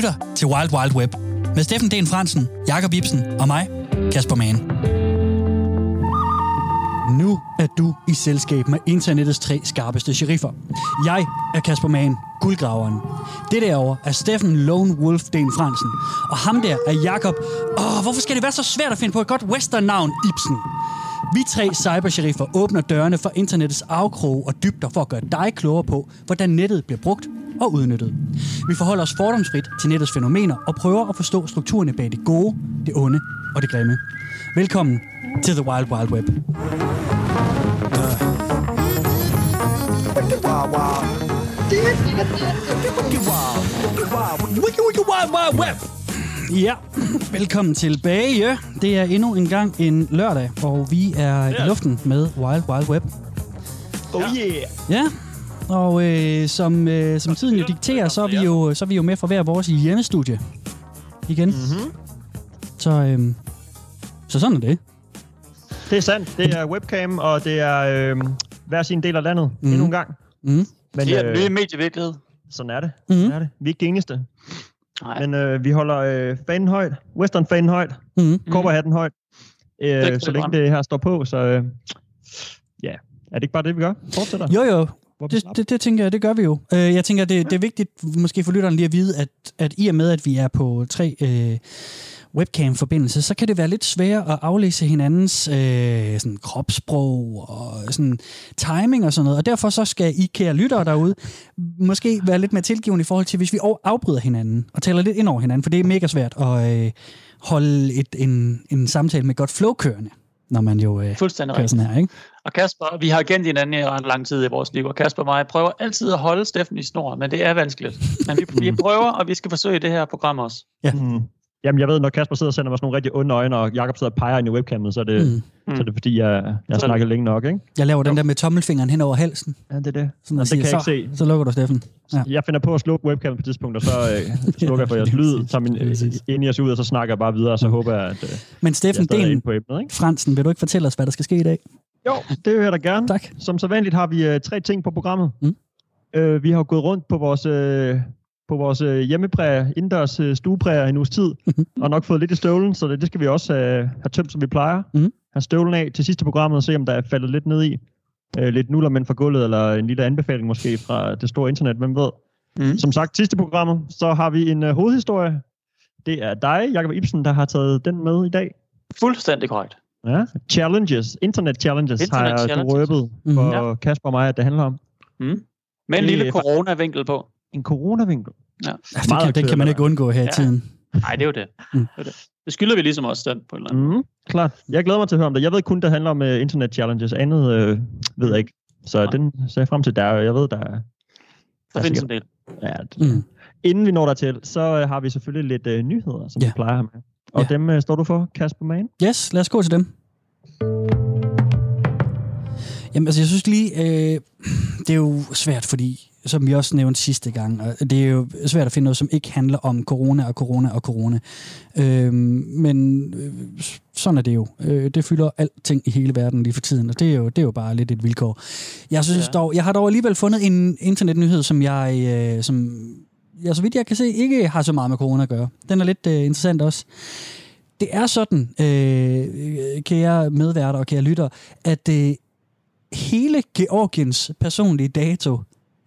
lytter til Wild Wild Web med Steffen D. Fransen, Jakob Ibsen og mig, Kasper Mann. Nu er du i selskab med internettets 3 skarpeste sheriffer. Jeg er Kasper Mann, guldgraveren. Det derovre er Steffen Lone Wolf D. Fransen. Og ham der er Jakob. Hvorfor skal det være så svært at finde på et godt western-navn, Ibsen? Vi 3 cybersheriffer åbner dørene for internettets afkroge og dybder for at gøre dig klogere på, hvordan nettet bliver brugt og udnyttet. Vi forholder os fordomsfrit til nettets fænomener og prøver at forstå strukturerne bag det gode, det onde og det grimme. Velkommen til The Wild Wild Web. Ja, velkommen tilbage. Det er endnu en gang en lørdag, og vi er i luften med Wild Wild Web. Oh yeah! Ja, og som tiden jo dikterer, så er vi jo med fra hver vores hjemmestudie igen. Mm-hmm. Så sådan er det. Det er sandt. Det er webcam, og det er hver sin del af landet endnu en gang. Mm. Men, det er den nye medievirkelighed. Sådan er det. Sådan er det. Vi er ikke de eneste. Nej. Men vi holder fanen højt. Western-fanen højt. Cowboy-hatten højt. Så længe det her står på, så ja. Er det ikke bare det, vi gør? Fortsætter? Jo. Det tænker jeg, det gør vi jo. Jeg tænker, det er vigtigt måske for lytteren lige at vide, at i og med, at vi er på 3 webcam-forbindelse, så kan det være lidt sværere at aflæse hinandens sådan kropssprog og sådan timing og sådan noget. Og derfor så skal I, kære lyttere derude, måske være lidt mere tilgivende i forhold til, hvis vi afbryder hinanden og taler lidt ind over hinanden, for det er mega svært at holde en samtale med godt flow kørende, når man jo kører sådan her, ikke? Og Kasper, vi har kendt hinanden i ret lang tid i vores liv, og Kasper og mig prøver altid at holde Steffen i snor, men det er vanskeligt. Men vi prøver, og vi skal forsøge det her program også. Ja. Jamen, jeg ved, når Kasper sidder og sender mig sådan nogle rigtig onde øjne, og Jakob sidder og peger ind i webcamet, så er det, fordi, jeg har snakket længe nok, ikke? Jeg laver den der med tommelfingeren hen over halsen. Ja, det er det. Sådan det siger, kan jeg ikke se. Så lukker du, Steffen. Ja. Jeg finder på at slukke webcamet på et tidspunkt, og så slukker jeg for jeres lyd, tager min ind i os ud, og så snakker jeg bare videre, og så håber jeg, at Men Steffen, jeg er inde på emnet, ikke? Fransen, vil du ikke fortælle os, hvad der skal ske i dag? Jo, det vil jeg da gerne. Tak. Som så vanligt har vi 3 ting på programmet. Vi har gået rundt på vores hjemmepræger, indendørs stuepræger en uges tid, og nok fået lidt i støvlen, så det skal vi også have tømt, som vi plejer. Have støvlen af til sidste programmet og se, om der er faldet lidt ned i. Lidt nullermænd fra gulvet, eller en lille anbefaling måske fra det store internet, hvem ved. Som sagt, sidste programmet, så har vi en hovedhistorie. Det er dig, Jakob Ibsen, der har taget den med i dag. Fuldstændig korrekt. Ja, internet challenges har jeg røbet for Kasper og mig, at det handler om. Med en lille corona-vinkel på. En corona-vinkel? Ja. Det kan man ikke undgå her i tiden. Nej, det er jo det. Det skylder vi ligesom også den på en eller anden måde. Klart. Jeg glæder mig til at høre om det. Jeg ved kun, det handler om internet challenges. Andet ved jeg ikke. Så den ser jeg frem til der. Jeg ved, der findes en del. Ja, inden vi når dertil, så har vi selvfølgelig lidt nyheder, som vi plejer at have med. Og dem står du for, Kasper Mann? Yes, lad os gå til dem. Jamen, altså, jeg synes lige, det er jo svært, fordi, som vi også nævnte sidste gang, og det er jo svært at finde noget, som ikke handler om corona. Men sådan er det jo. Det fylder alting i hele verden lige for tiden, og det er jo bare lidt et vilkår. Jeg synes dog, jeg har dog alligevel fundet en internetnyhed, som jeg så vidt jeg kan se, ikke har så meget med corona at gøre. Den er lidt interessant også. Det er sådan, kære medværter og kære lytter, at hele Georgiens personlige data,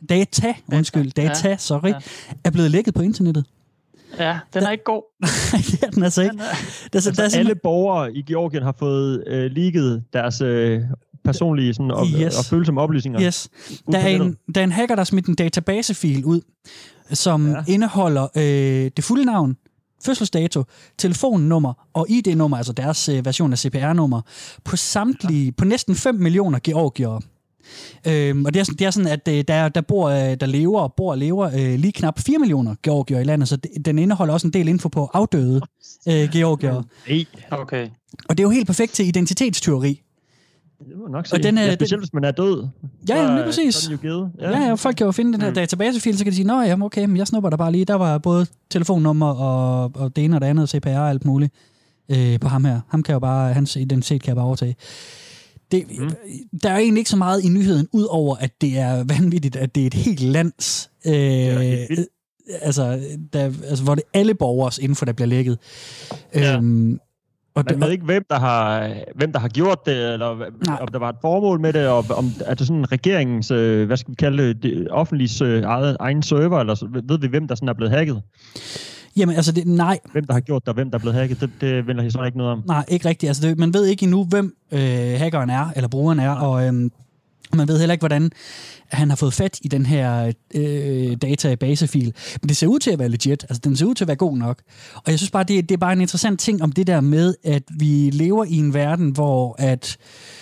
er blevet lækket på internettet. Ja, den er ikke god. Nej, det er den altså ikke. Alle borgere i Georgien har fået leaget deres personlige sådan, og følsomme oplysninger. Yes. Der er en hacker, der smidt en databasefil ud, som indeholder det fulde navn, fødselsdato, telefonnummer og ID-nummer, altså deres version af CPR-nummer, på næsten 5 millioner georgiere. Og det er sådan, at der lever lige knap 4 millioner georgiere i landet, så den indeholder også en del info på afdøde georgiere. Okay. Og det er jo helt perfekt til identitetstyveri. Det må nok sige. Specielt hvis man er død. Ja, lige præcis. Så er den jo givet. Ja, folk kan jo finde den her databasefil, så kan de sige, nå ja, okay, men jeg snupper der bare lige. Der var både telefonnummer og det ene og det andet, CPR og alt muligt på ham her. Hans identitet kan jeg bare overtage. Der er egentlig ikke så meget i nyheden, udover at det er vanvittigt, at det er et helt lands hvor det alle borgers info, der bliver lækket. Ja. Man ved ikke, hvem der har gjort det, eller om der var et formål med det, og om er det sådan regeringens, hvad skal vi kalde det, offentliges egen server, eller så, ved vi, hvem der sådan er blevet hacket? Jamen, altså, nej. Hvem der har gjort det, og hvem der er blevet hacket, det vender historien ikke noget om. Nej, ikke rigtigt. Altså, man ved ikke endnu, hvem hackeren er, eller brugeren er, og man ved heller ikke, hvordan han har fået fat i den her databasefil. Men det ser ud til at være legit. Altså, den ser ud til at være god nok. Og jeg synes bare, det er bare en interessant ting om det der med, at vi lever i en verden, hvor at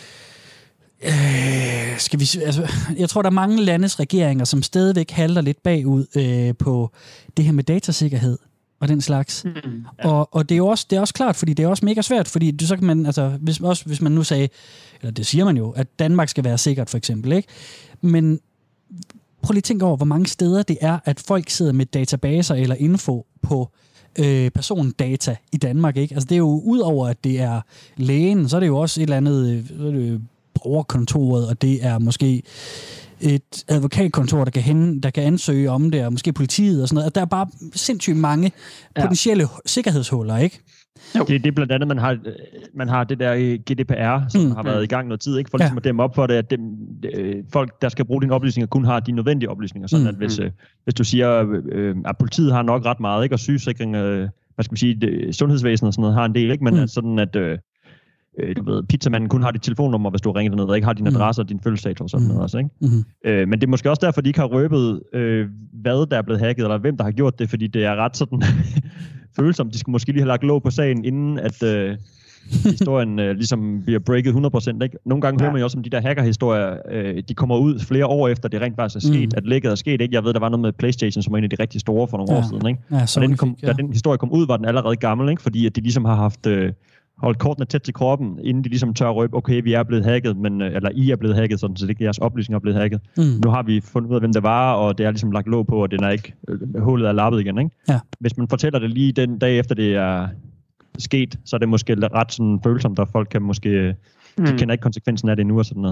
jeg tror, der er mange landes regeringer, som stadigvæk halter lidt bagud på det her med datasikkerhed og den slags. Ja. Og det er også klart, fordi det er også mega svært, fordi så kan man, altså, hvis man nu sagde, eller det siger man jo, at Danmark skal være sikkert, for eksempel, ikke? Men prøv lige at tænke over, hvor mange steder det er, at folk sidder med databaser eller info på persondata i Danmark, ikke? Altså, det er jo udover, at det er lægen, så er det jo også et eller andet borgerkontoret, og det er måske et advokatkontor, der kan ansøge om det, og måske politiet og sådan noget. Der er bare sindssygt mange potentielle sikkerhedshuller, ikke? Det er blandt andet, man har det der GDPR, som har været i gang noget tid, ikke? For ligesom at dæmme op for det, at folk, der skal bruge dine oplysninger, kun har de nødvendige oplysninger. Sådan at hvis du siger, at politiet har nok ret meget, ikke? Og sygesikring, hvad skal man sige, sundhedsvæsenet og sådan noget har en del, ikke? Men at sådan at du ved, pizzamanden kun har dit telefonnummer, hvis du ringer derned, og ikke har din adresse og din fødselsdato og sådan noget også, ikke? Men det er måske også derfor, de ikke har røbet, hvad der er blevet hacket, eller hvem der har gjort det, fordi det er ret sådan følsomt. De skulle måske lige have lagt låg på sagen, inden at historien ligesom bliver breaket 100%, ikke? Nogle gange hører man jo også om de der hackerhistorier, de kommer ud flere år efter, det rent faktisk er sket, at lækket er sket, ikke? Jeg ved, der var noget med PlayStation, som var en af de rigtig store for nogle år siden, ikke? Ja, og da den historie kom ud, var den allerede gammel, ikke? Fordi at de ligesom har haft holdt kortene tæt til kroppen, inden de ligesom tør røbe, okay, vi er blevet hacket, eller I er blevet hacket, sådan, så det ikke jeres oplysninger er blevet hacket. Nu har vi fundet ud af, hvem det var, og det er ligesom lagt låg på, og den er ikke, hullet er lappet igen, ikke? Ja. Hvis man fortæller det lige den dag efter det er sket, så er det måske ret sådan følsomt, og folk kan måske, de kender ikke konsekvensen af det endnu og sådan noget.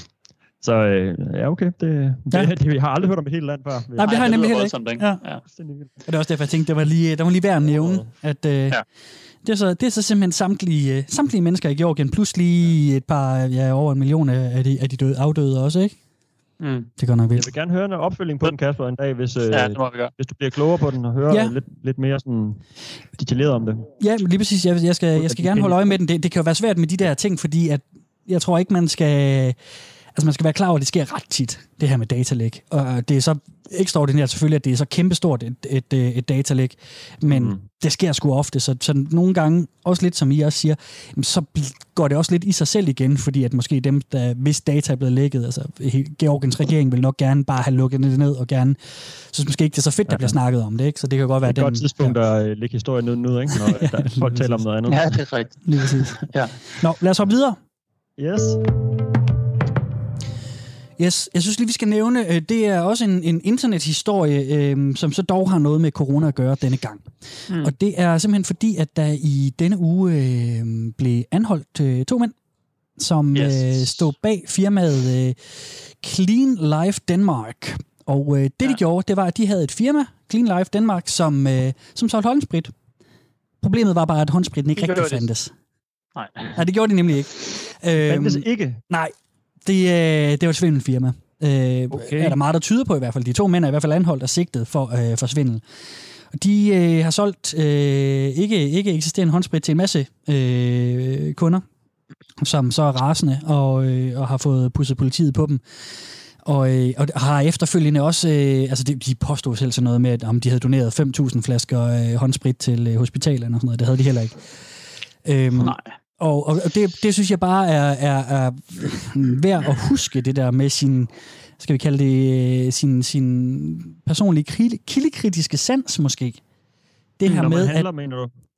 Så okay, det jeg har aldrig hørt om et helt land før. Nej, det har jeg nemlig heller ikke. Ja. Og det er også derfor, jeg tænkte, der var lige værd at nævne, at det er så simpelthen samtlige mennesker i Georgien, plus lige et par, over 1 million af de afdøde også, ikke? Det går nok vildt. Jeg vil gerne høre en opfølging på den, Kasper, en dag, hvis du bliver klogere på den og hører lidt mere sådan detaljeret om det. Ja, lige præcis. Jeg skal gerne holde øje med den. Det kan jo være svært med de der ting, fordi at jeg tror ikke, man skal være klar over, at det sker ret tit, det her med datalæk. Og det er så ekstraordinært selvfølgelig, at det er så kæmpestort et datalæk, men det sker sgu ofte, så nogle gange, også lidt som I også siger, så går det også lidt i sig selv igen, fordi at måske dem, hvis data er blevet lækket, altså Georgiens regering vil nok gerne bare have lukket det ned, og gerne, så måske ikke det er så fedt, der bliver snakket om det, ikke? Så det kan godt være, det er et godt tidspunkt at lægge historien ud, ikke? Når folk taler om noget andet. Ja, det er rigtigt. Lige præcis. Ja. Nå, lad os hoppe videre. Yes, jeg synes lige, vi skal nævne, det er også en internethistorie, som så dog har noget med corona at gøre denne gang. Og det er simpelthen fordi, at der i denne uge blev anholdt 2 mænd, som stod bag firmaet Clean Life Denmark. Og det de gjorde, det var, at de havde et firma, Clean Life Denmark, som solgte håndsprit. Problemet var bare, at håndspritten ikke rigtig fandtes. Nej, det gjorde de nemlig ikke. Fandtes ikke? Nej. Det var et svindelfirma. Er der meget, der tyder på i hvert fald. De 2 mænd er i hvert fald anholdt og sigtet for svindel. De har solgt ikke eksisterende håndsprit til en masse kunder, som så er rasende og har fået pudset politiet på dem. Og har efterfølgende også, de påstod selv sådan noget med, at om de havde doneret 5.000 flasker håndsprit til hospitalerne og sådan noget. Det havde de heller ikke. Nej. Og det synes jeg bare er værd at huske, det der med sin, skal vi kalde det, sin personlige kildekritiske sans måske. Det her når med, man handler, mener du?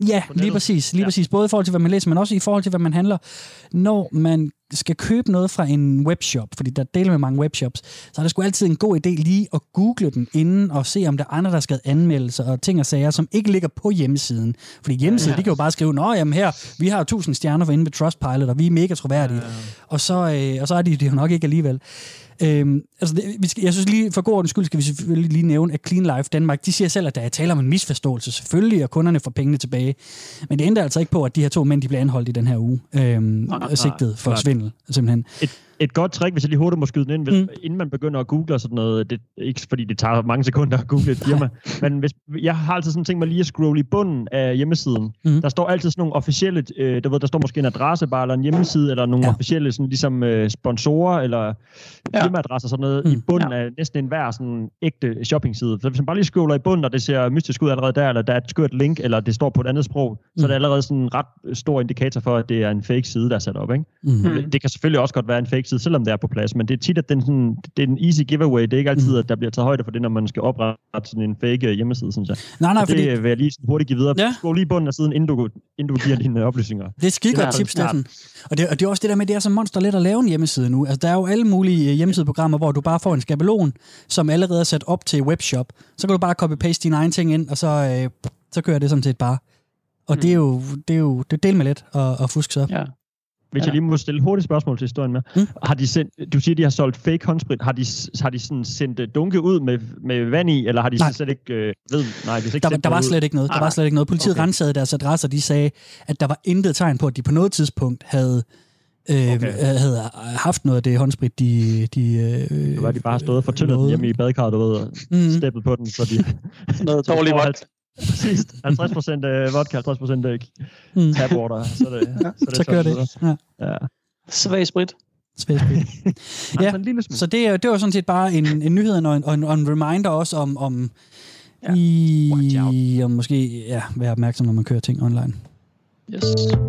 Ja, lige præcis. Både i forhold til, hvad man læser, men også i forhold til, hvad man handler. Når man skal købe noget fra en webshop, fordi der deler med mange webshops, så er det sgu altid en god idé lige at google den inden og se, om der er andre, der skal anmeldelser og ting og sager, som ikke ligger på hjemmesiden. Fordi hjemmesiden, de kan jo bare skrive, nå, jamen her, vi har 1000 stjerner for inde ved Trustpilot, og vi er mega troværdige. Og så er de jo nok ikke alligevel. Jeg synes lige, for god ordens skyld, skal vi selvfølgelig lige nævne, at Clean Life Danmark, de siger selv, at der er tale om en misforståelse, selvfølgelig, og kunderne får pengene tilbage. Men det ændrer altså ikke på, at de her 2 mænd, de bliver anholdt i den her uge, sigtet for svindel, simpelthen. Et godt trick, hvis jeg lige hurtigt må skyde den ind, inden man begynder at google og sådan noget, det er ikke fordi det tager mange sekunder at google et firma, men jeg har altid sådan tænkt mig lige at scrolle i bunden af hjemmesiden. Der står altid sådan nogle officielle, der står måske en adresse bare, eller en hjemmeside, eller nogle officielle sådan ligesom sponsorer, eller firmaadresser, sådan noget, i bunden af næsten enhver sådan ægte shoppingside. Så hvis man bare lige scroller i bunden, og det ser mystisk ud allerede der, eller der er et skørt link, eller det står på et andet sprog, så er det allerede sådan en ret stor indikator for, at det er en fake side, der er sat op, ikke? Det kan selvfølgelig også godt være en fake side, selvom det er på plads, men det er tit, at det er en easy giveaway. Det er ikke altid, at der bliver taget højde for det, når man skal oprette sådan en fake hjemmeside, synes jeg. Nej, fordi det vil jeg lige hurtigt give videre. Gå lige i bunden af siden, inden du giver dine oplysninger. Det er et skidegodt tip, Steffen. Og det er også det der med, det er så monsterlet at lave en hjemmeside nu. Altså, der er jo alle mulige hjemmesideprogrammer, hvor du bare får en skabelon, som allerede er sat op til webshop. Så kan du bare copy-paste dine egne ting ind, og så kører det sådan set bare. Og det er jo del med let at fuske så. Ja. Hvis jeg lige må stille hurtigt spørgsmål til historien med. Har de sendt, du siger, de har solgt fake håndsprit. Har de sådan sendt dunke ud med vand i, eller har de slet ikke der var slet ikke noget. Der var slet ikke noget. Politiet rensede deres adresser, de sagde, at der var intet tegn på, at de på noget tidspunkt havde haft noget af det håndsprit, det var, de bare stået og fortyndet den hjemme i badekarret, du ved, og steppet på den, så de... noget dårligt vodka. Præcis. 50% vodka, 50% tap water. Så gør det. Ja. Svag sprit. Ja, så det var sådan set bare en nyhed og en reminder også om måske være opmærksom, når man kører ting online. Yes.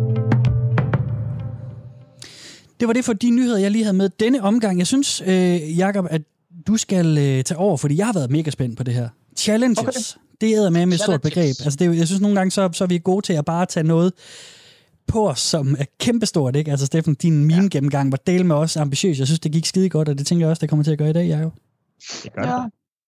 Det var det for de nyheder, jeg lige havde med denne omgang. Jeg synes, Jakob, at du skal tage over, fordi jeg har været mega spændt på det her. Challenges. Okay. Det er med et stort begreb. Altså jeg synes nogle gange, så er vi gode til at bare tage noget på os, som er kæmpestort, ikke? Altså Steffen, din meme-gennemgang var del med os ambitiøs. Jeg synes, det gik skide godt, og det tænker jeg også, det kommer til at gøre i dag, Jakob. Det gør det.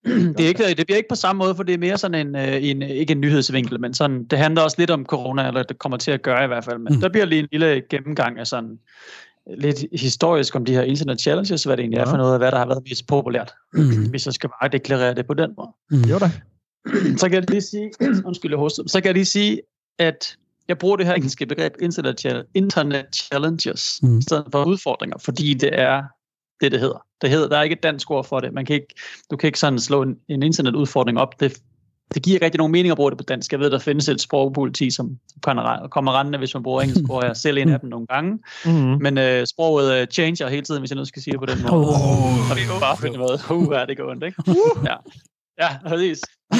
Det bliver ikke på samme måde, for det er mere sådan ikke en nyhedsvinkel, men sådan, det handler også lidt om corona, eller det kommer til at gøre i hvert fald. Men der bliver lige en lille gennemgang af sådan lidt historisk om de her internet challenges, hvad det egentlig er for noget, hvad der har været mest populært, hvis jeg skal bare deklarere det på den måde. Jo da. Så kan jeg lige sige, så kan jeg lige sige, at jeg bruger det her engelske begreb internet challenges i stedet for udfordringer, fordi det er det hedder. Der er ikke et dansk ord for det. Du kan ikke sådan slå en internetudfordring op. Det giver rigtig nogen mening at bruge det på dansk. Jeg ved, der findes et sprogpoliti, som kommer rendende, hvis man bruger engelsk, hvor jeg selv en af dem nogle gange. Men sproget changer hele tiden, hvis jeg nu skal sige det på den måde. Og vi kan bare finde noget. Det går ondt, ikke? Ja, præcis.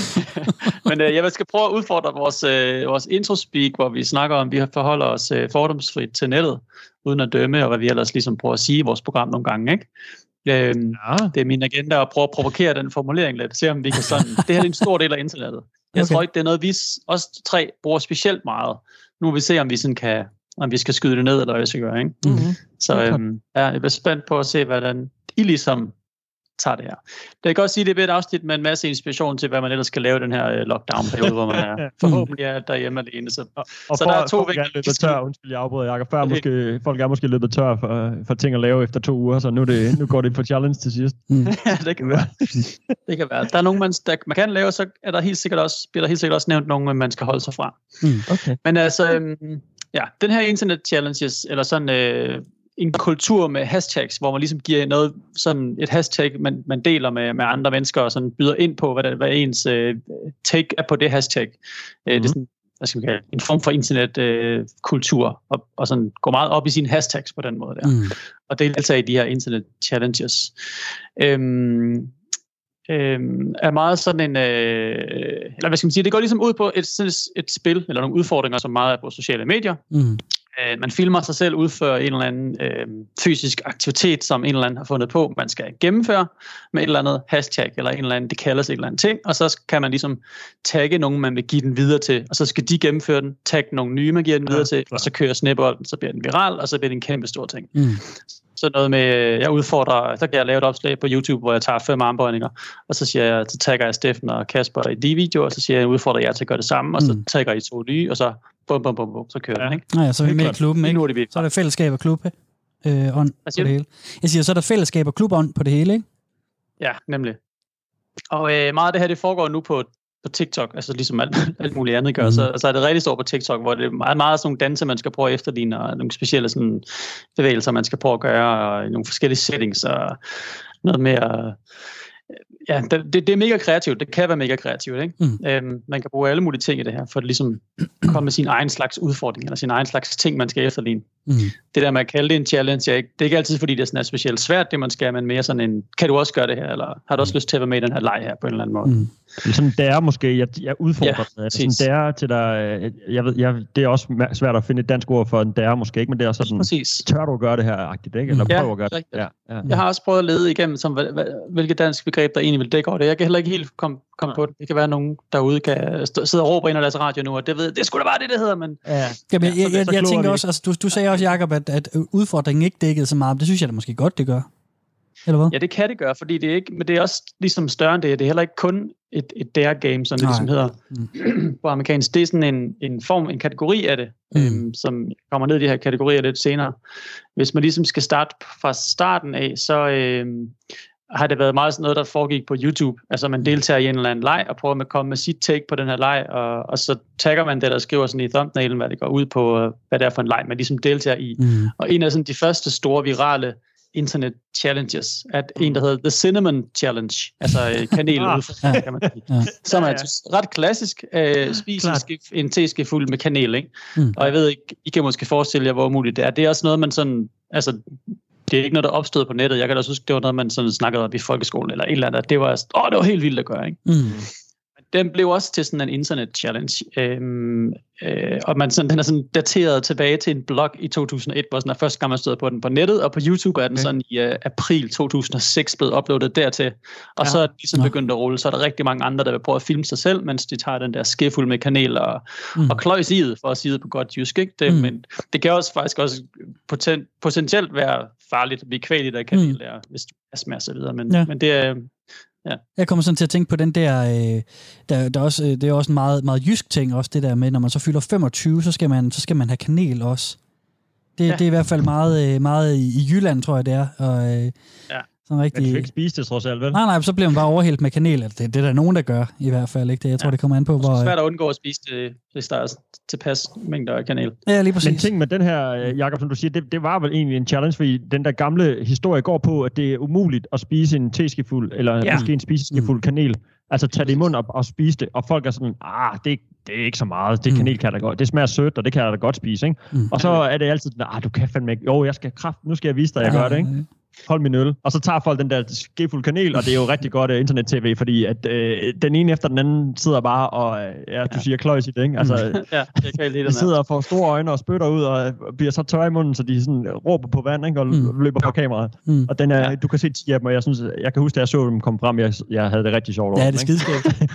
Men jeg skal prøve at udfordre vores introspeak, hvor vi snakker om, vi forholder os fordomsfrit til nettet, uden at dømme, og hvad vi ellers ligesom prøver at sige i vores program nogle gange, ikke? Det er min agenda at prøve at provokere den formulering lidt, se om vi kan sådan. Det her er en stor del af internettet. Jeg tror ikke, det er noget, vi os 3 bruger specielt meget. Nu vil vi se, om vi sådan om vi skal skyde det ned, eller hvad vi skal gøre, ikke? Så jeg bliver spændt på at se, hvordan I ligesom tager det her. Det kan godt sige, at det bliver et afsnit med en masse inspiration til, hvad man ellers skal lave den her lockdown-periode, hvor man er forhåbentlig er derhjemme alene. Så der er 2 væk. Undskyld, jeg afbryder, Jakob. Folk er måske løbet tør for ting at lave efter 2 uger, så nu går det på challenge til sidst. Ja, det kan være. Det kan være. Der er nogen, man kan lave, så er der bliver der helt sikkert også nævnt nogen, man skal holde sig fra. Okay. Men altså, den her internet challenges, eller sådan en kultur med hashtags, hvor man ligesom giver noget, sådan et hashtag, man deler med andre mennesker, og sådan byder ind på, hvad ens take er på det hashtag. Det er sådan, hvad skal man kalde, en form for internetkultur, og sådan går meget op i sine hashtags på den måde der. Og deltager i de her internet challenges. Er meget sådan en, eller hvad skal man sige, det går ligesom ud på et spil, eller nogle udfordringer, som meget er på sociale medier. Man filmer sig selv udføre en eller anden fysisk aktivitet, som en eller anden har fundet på, man skal gennemføre med et eller andet hashtag, eller en eller anden, det kaldes et eller andet ting, og så kan man ligesom tagge nogen, man vil give den videre til, og så skal de gennemføre den, tagge nogle nye, man giver den videre til, og så kører snibbolden, så bliver den viral, og så bliver det en kæmpe stor ting. Så noget med, jeg udfordrer, så kan jeg lave et opslag på YouTube, hvor jeg tager 5 armbøjninger, og så tagger jeg Steffen og Kasper i de videoer, og så siger jeg, udfordrer jer til at gøre det samme, og så tagger I 2 nye, og så bum, så kører den, ikke? Ja, så er vi med i klubben, ikke? Så er der fællesskab og klub ånd på det hele. Jeg siger, så er der fællesskab og klubånd på det hele, ikke? Ja, nemlig. Og meget af det her, det foregår nu på TikTok, altså ligesom alt muligt andet gør, så er det rigtig stort på TikTok, hvor det er meget sådan nogle danse, man skal prøve at efterligne, og nogle specielle sådan bevægelser, man skal prøve at gøre, og nogle forskellige settings, og noget mere. Ja, det er mega kreativt. Det kan være mega kreativt, ikke? Man kan bruge alle mulige ting i det her, for at ligesom komme med sin egen slags udfordring, eller sin egen slags ting, man skal efterligne. Det der med at kalde det en challenge, det er ikke altid, fordi det er sådan specielt svært, det man skal, men mere sådan en, kan du også gøre det her, eller har du også lyst til at være med i den her leg her, på en eller anden måde? Sådan der måske, jeg udfordrer sådan der til dig, det er også svært at finde et dansk ord for en der måske ikke, men det er sådan, tør du gøre det her-agtigt, ikke? Eller prøv at gøre det. Ja. Jeg har også prøvet at lede igennem, som, hvilket dansk begreb, der egentlig vil dække over det. Jeg kan heller ikke helt komme på det. Det kan være, at nogen derude kan sidde og råbe ind af deres radio nu, og det skulle da bare det hedder, men... Jeg tænker også, altså, du sagde også, Jacob, at udfordringen ikke dækkede så meget. Det synes jeg da måske godt, det gør. Eller hvad? Ja, det kan det gøre, fordi det er ikke, men det er også ligesom større end det. Det er heller ikke kun et dare game, som det ligesom hedder på amerikansk. Det er sådan en kategori af det, som kommer ned i de her kategorier lidt senere. Hvis man ligesom skal starte fra starten af, så har det været meget sådan noget, der foregik på YouTube. Altså man deltager i en eller anden leg, og prøver at komme med sit take på den her leg, og så tagger man det, der skriver sådan i thumbnailen, hvad det går ud på, hvad det er for en leg, man ligesom deltager i. Og en af sådan de første store virale internet challenges, at en, der hedder The Cinnamon Challenge, altså kaneludfordring, kan man sige. Som er ret klassisk, spise en teske fuld med kanel, ikke? Og jeg ved ikke, I kan måske forestille jer, hvor umuligt det er. Det er også noget, man sådan, altså, det er ikke noget, der opstod på nettet. Jeg kan også huske, det var noget, man sådan snakkede om i folkeskolen, eller et eller andet. Det var helt vildt at gøre, ikke? Den blev også til sådan en internet challenge, og den er sådan dateret tilbage til en blog i 2001, hvor sådan første gang man stod på den på nettet, og på YouTube er den sådan i april 2006 blevet uploadet dertil, og så er den ligesom begyndt at rulle, så er der rigtig mange andre, der vil prøve at filme sig selv, mens de tager den der skefuld med kanel og kløjs i det, for at sige det på godt jysk, ikke? Men det kan også faktisk også potentielt være farligt at blive kvælet af kanel, hvis du astma og så videre, men det er... Ja. Jeg kommer sådan til at tænke på den der også, det er også en meget, meget jysk ting, også det der med, når man så fylder 25, så skal man have kanel også. Det er i hvert fald meget i Jylland, tror jeg det er. Og, sådan rigtig... Men du ikke spise det trods alt, vel? Nej, så bliver man bare overhældt med kanel. Det er der nogen, der gør i hvert fald. Ikke? Jeg tror, det kommer an på, hvor... Det er svært at undgå at spise det, hvis der er tilpas mængder af kanel. Ja, lige præcis. Men ting med den her, Jacob, som du siger, det var vel egentlig en challenge, fordi den der gamle historie går på, at det er umuligt at spise en teskefuld, eller måske en spiseskefuld kanel. Altså tage det i munden og spise det, og folk er sådan, det er ikke så meget, det kanel kan da godt, det smager sødt, og det kan jeg da godt spise, ikke? Og så er det altid, du kan fandme ikke, nu skal jeg vise dig, jeg gør det, ikke? Hold min øl. Og så tager folk den der skefuld kanel, og det er jo rigtig godt internet-tv, fordi at den ene efter den anden sidder bare og, du siger kløjs i det, ikke? Altså, de sidder og får store øjne og spytter ud, og bliver så tørre i munden, så de sådan råber på vand, ikke? Og løber på kameraet. Og den er, du kan se 10 af dem, og jeg kan huske, da jeg så dem komme frem, jeg havde det rigtig sjovt over. Ja, det er skideskægt.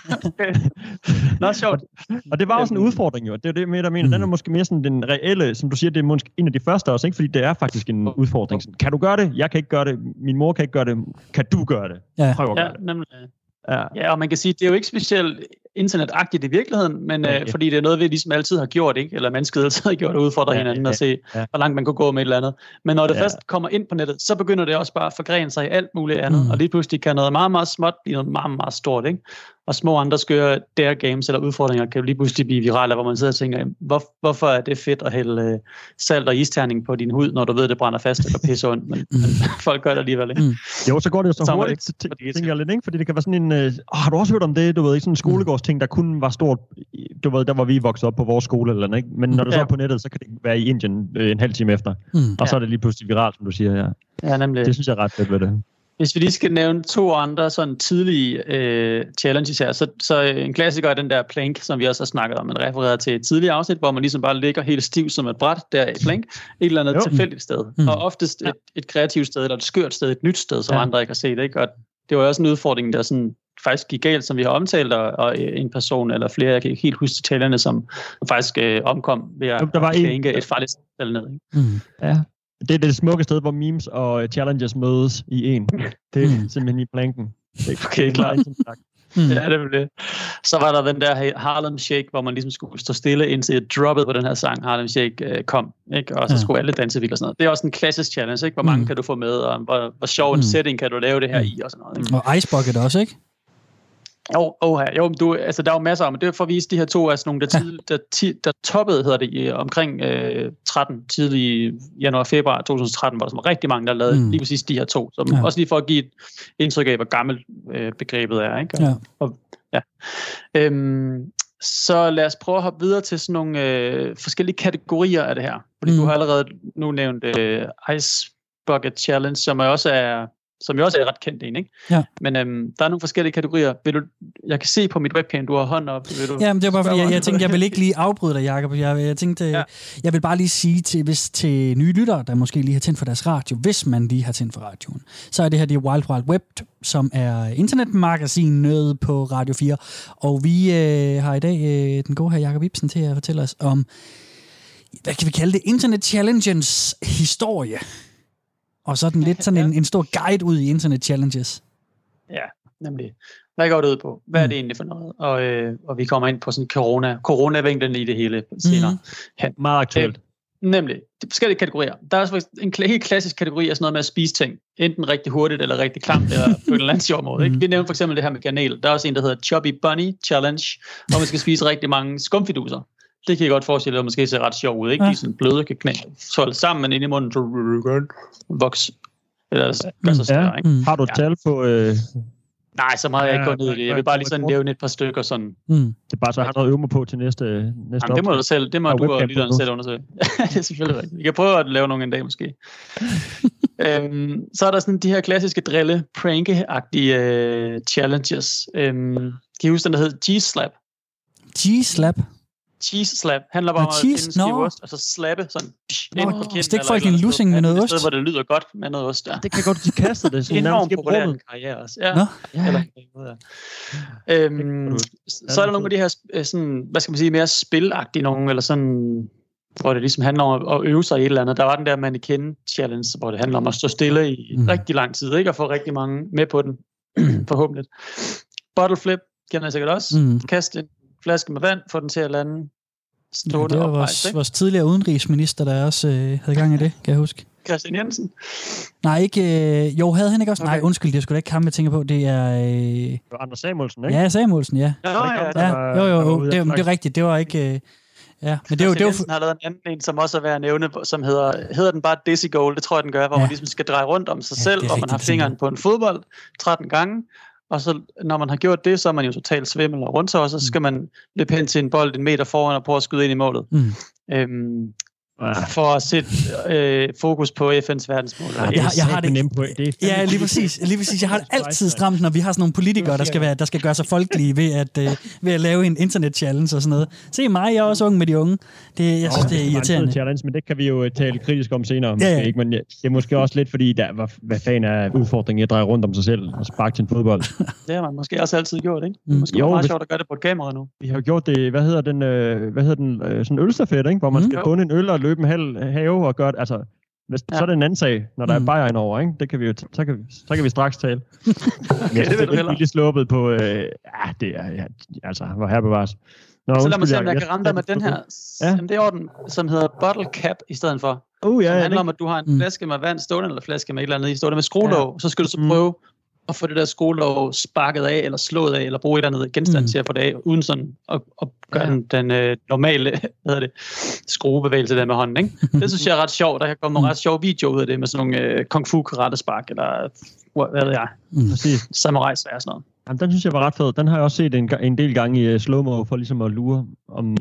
Nå, sjovt. Og det var også en udfordring, jo. Det er det, der mener. Den er måske mere sådan den reelle, som du siger, det er måske en af de første også, ikke? Fordi det er faktisk en udfordring. Kan du gøre det? Jeg kan ikke gøre det. Min mor kan ikke gøre det. Kan du gøre det? Prøv at gøre det. Nemlig. Ja, og man kan sige, det er jo ikke specielt internetagtigt i virkeligheden, men fordi det er noget, vi ligesom altid har gjort, ikke? Eller mennesket altid har gjort at udfordre hinanden og se, hvor langt man kunne gå med et eller andet. Men når det først kommer ind på nettet, så begynder det også bare at forgrene sig i alt muligt andet, og lige pludselig kan noget meget, meget småt blive noget meget, meget stort, ikke? Og små andre skøre dare games eller udfordringer kan jo lige pludselig blive virale, hvor man sidder og tænker, hvorfor er det fedt at hælde salt og isterning på din hud, når du ved, det brænder fast eller pisser ondt, men folk gør det alligevel, ikke? Jo, så går det jo så hurtigt, tænker jeg lidt, ikke? Fordi det kan være sådan en, har du også hørt om det, du ved, ikke sådan en skolegårdsting, der kun var stort, du ved, der var vi vokset op på vores skole eller ikke? Men når du så er på nettet, så kan det være i Indien en halv time efter, og så er det lige pludselig viralt, som du siger, Ja, nemlig. Det synes jeg er ret fedt ved det. Hvis vi lige skal nævne 2 andre sådan tidlige challenges her, så en klassiker er den der plank, som vi også har snakket om, man refererer til et tidligere afsnit, hvor man ligesom bare ligger helt stivt som et bræt der i plank, et eller andet tilfældigt sted. Og oftest et kreativt sted, eller et skørt sted, et nyt sted, som andre ikke har set, ikke? Og det var også en udfordring, der sådan faktisk gik galt, som vi har omtalt, og en person eller flere, jeg kan ikke helt huske detaljerne, som faktisk omkom ved at planke et farligt sted ned. Ja. Det er det smukke sted, hvor memes og challenges mødes i en. Det er simpelthen i planken. Okay, klart. Ja, det var det. Så var der den der Harlem Shake, hvor man ligesom skulle stå stille, indtil droppet på den her sang, Harlem Shake, kom. Ikke? Og så skulle alle danse vildt og sådan noget. Det er også en klassisk challenge, ikke? Hvor mange kan du få med, og hvor sjov en setting kan du lave det her i, og sådan noget. Ikke? Og Ice Bucket også, ikke? Jo, altså der er jo masser om, det er for at vise, de her 2 er sådan nogle, der toppede, hedder det, omkring 13, tidlig januar-februar 2013, hvor der var rigtig mange, der lavede lige præcis de her 2, som også lige for at give et indtryk af, hvor gammelt begrebet er, ikke? Så lad os prøve at hoppe videre til sådan nogle forskellige kategorier af det her, fordi du har allerede nu nævnt Ice Bucket Challenge, som jo også er ret kendt en, ikke? Ja. Men der er nogle forskellige kategorier. Jeg kan se på mit webcam, du har hånden op. Jamen, det er bare fordi, jeg tænkte, jeg vil ikke lige afbryde dig, Jacob. Jeg tænkte, jeg vil bare lige sige til nye lyttere, der måske lige har tændt for deres radio, hvis man lige har tændt for radioen, så er det her det Wild Wild Web, som er internetmagasinet på Radio 4. Og vi har i dag den gode her Jacob Ibsen til at fortælle os om, hvad kan vi kalde det, Internet Challenges historie. Og så den lidt sådan en stor guide ud i Internet Challenges. Ja, nemlig. Hvad går det ud på? Hvad er det egentlig for noget? Og vi kommer ind på sådan corona-vinklen i det hele senere. Meget aktuelt. Nemlig. De forskellige kategorier. Der er også en helt klassisk kategori af sådan noget med at spise ting. Enten rigtig hurtigt eller rigtig klamt, eller på en eller anden sjov måde. Ikke? Vi nævner for eksempel det her med kanel. Der er også en, der hedder Chubby Bunny Challenge, hvor man skal spise rigtig mange skumfiduser. Det kan jeg godt forestille, at måske ser ret sjovt ud, ikke? De er sådan bløde, kan holde sammen, men ind i munden, så vokse. Eller gør sig større, ikke? Har du et tal på... Nej, så meget jeg ikke går ned i det. Jeg vil bare lige sådan nævne et par stykker sådan. Det er bare så, jeg har noget at øve mig på til næste Jamen, det må du selv. Det må du og lytteren selv undersøge. Det er selvfølgelig rigtigt. Vi kan prøve at lave nogle en dag måske. Så er der sådan de her klassiske drille, pranke-agtige challenges. Kan I huske den, der hedder G-Slap? G-Slap? Cheese slap handler bare om at finde en skive ost, og så slappe sådan ind på kinden. Stik folk en lussing med noget ost. Et sted, hvor det lyder godt med noget ost. Ja. Det kan godt, de kaster det. Det er enormt populær en karriere også. Ja. Så er der nogle af de her, sådan, hvad skal man sige, mere spilagtige nogen, eller sådan, hvor det ligesom handler om at øve sig i et eller andet. Der var den der mannequin challenge, hvor det handler om at stå stille i rigtig lang tid, ikke? Og få rigtig mange med på den, forhåbentlig. Bottle flip kender jeg sikkert også. Kast en flaske med vand, få den til at lande stående oprejst. Det var vores tidligere udenrigsminister, der også havde gang i det, kan jeg huske. Christian Jensen? Nej, ikke... jo, havde han ikke også? Okay. Nej, undskyld, det skulle da ikke ham, jeg tænker på. Det er... Anders Samuelsen, ikke? Ja, Samuelsen, ja. Jo, det er rigtigt. Det var ikke... Ja, men det er jo... Jensen har lavet en anden en, som også er værd at nævne, som hedder den bare Desi Goal, det tror jeg, den gør, hvor man ligesom skal dreje rundt om sig selv, og man har fingeren på en fodbold 13 gange. Og så når man har gjort det, så er man jo totalt svimmel og rundt, og så skal man løbe hen til en bold 1 meter foran og prøve at skyde ind i målet. For at sætte fokus på FN's verdensmål. Jeg har det nemt på. Ja, lige præcis. Jeg har det altid stramt, når vi har sådan nogle politikere, der skal gøre sig folkelige ved at lave en internet challenge og sådan noget. Se mig, jeg er også ung med de unge. Jeg synes, det er irriterende. Challenge, men det kan vi jo tale kritisk om senere. Måske, ikke? Men det er måske også lidt, fordi hvad fanden er udfordringen at dreje rundt om sig selv og sparke til en fodbold. Det har man måske også altid gjort, ikke? Måske jo, meget sjovt at gøre det på et kamera nu. Vi har gjort det, hvad hedder den sådan en ølstafet, ikke? Hvor man skal bunde en øl og løbe en halv have og gøre det, altså, så er det en anden sag, når der er bajer indover, ikke? Det kan vi jo, så kan vi straks tale. Okay, det er lige sluppet på, det er, altså, hvor her bevares. Så lad mig se, om jeg kan ramme dig med den her. Jamen, det er den, som hedder bottle cap i stedet for. Som handler om, at du har en flaske med vand stående, eller flaske med et eller andet i stående med skruelåg, så skal du så prøve at få det der skruelåg sparket af, eller slået af, eller bruge et eller andet genstand til at få det af, uden sådan at gøre den normale skruebevægelse der med hånden, ikke? Det synes jeg er ret sjovt. Der kan komme nogle ret sjove videoer ud af det, med sådan nogle kung fu karate-spark, eller hvad ved jeg, samurai-svær og sådan noget. Jamen, den synes jeg var ret fed. Den har jeg også set en del gange i slow-mo, for ligesom at lure om... Ja.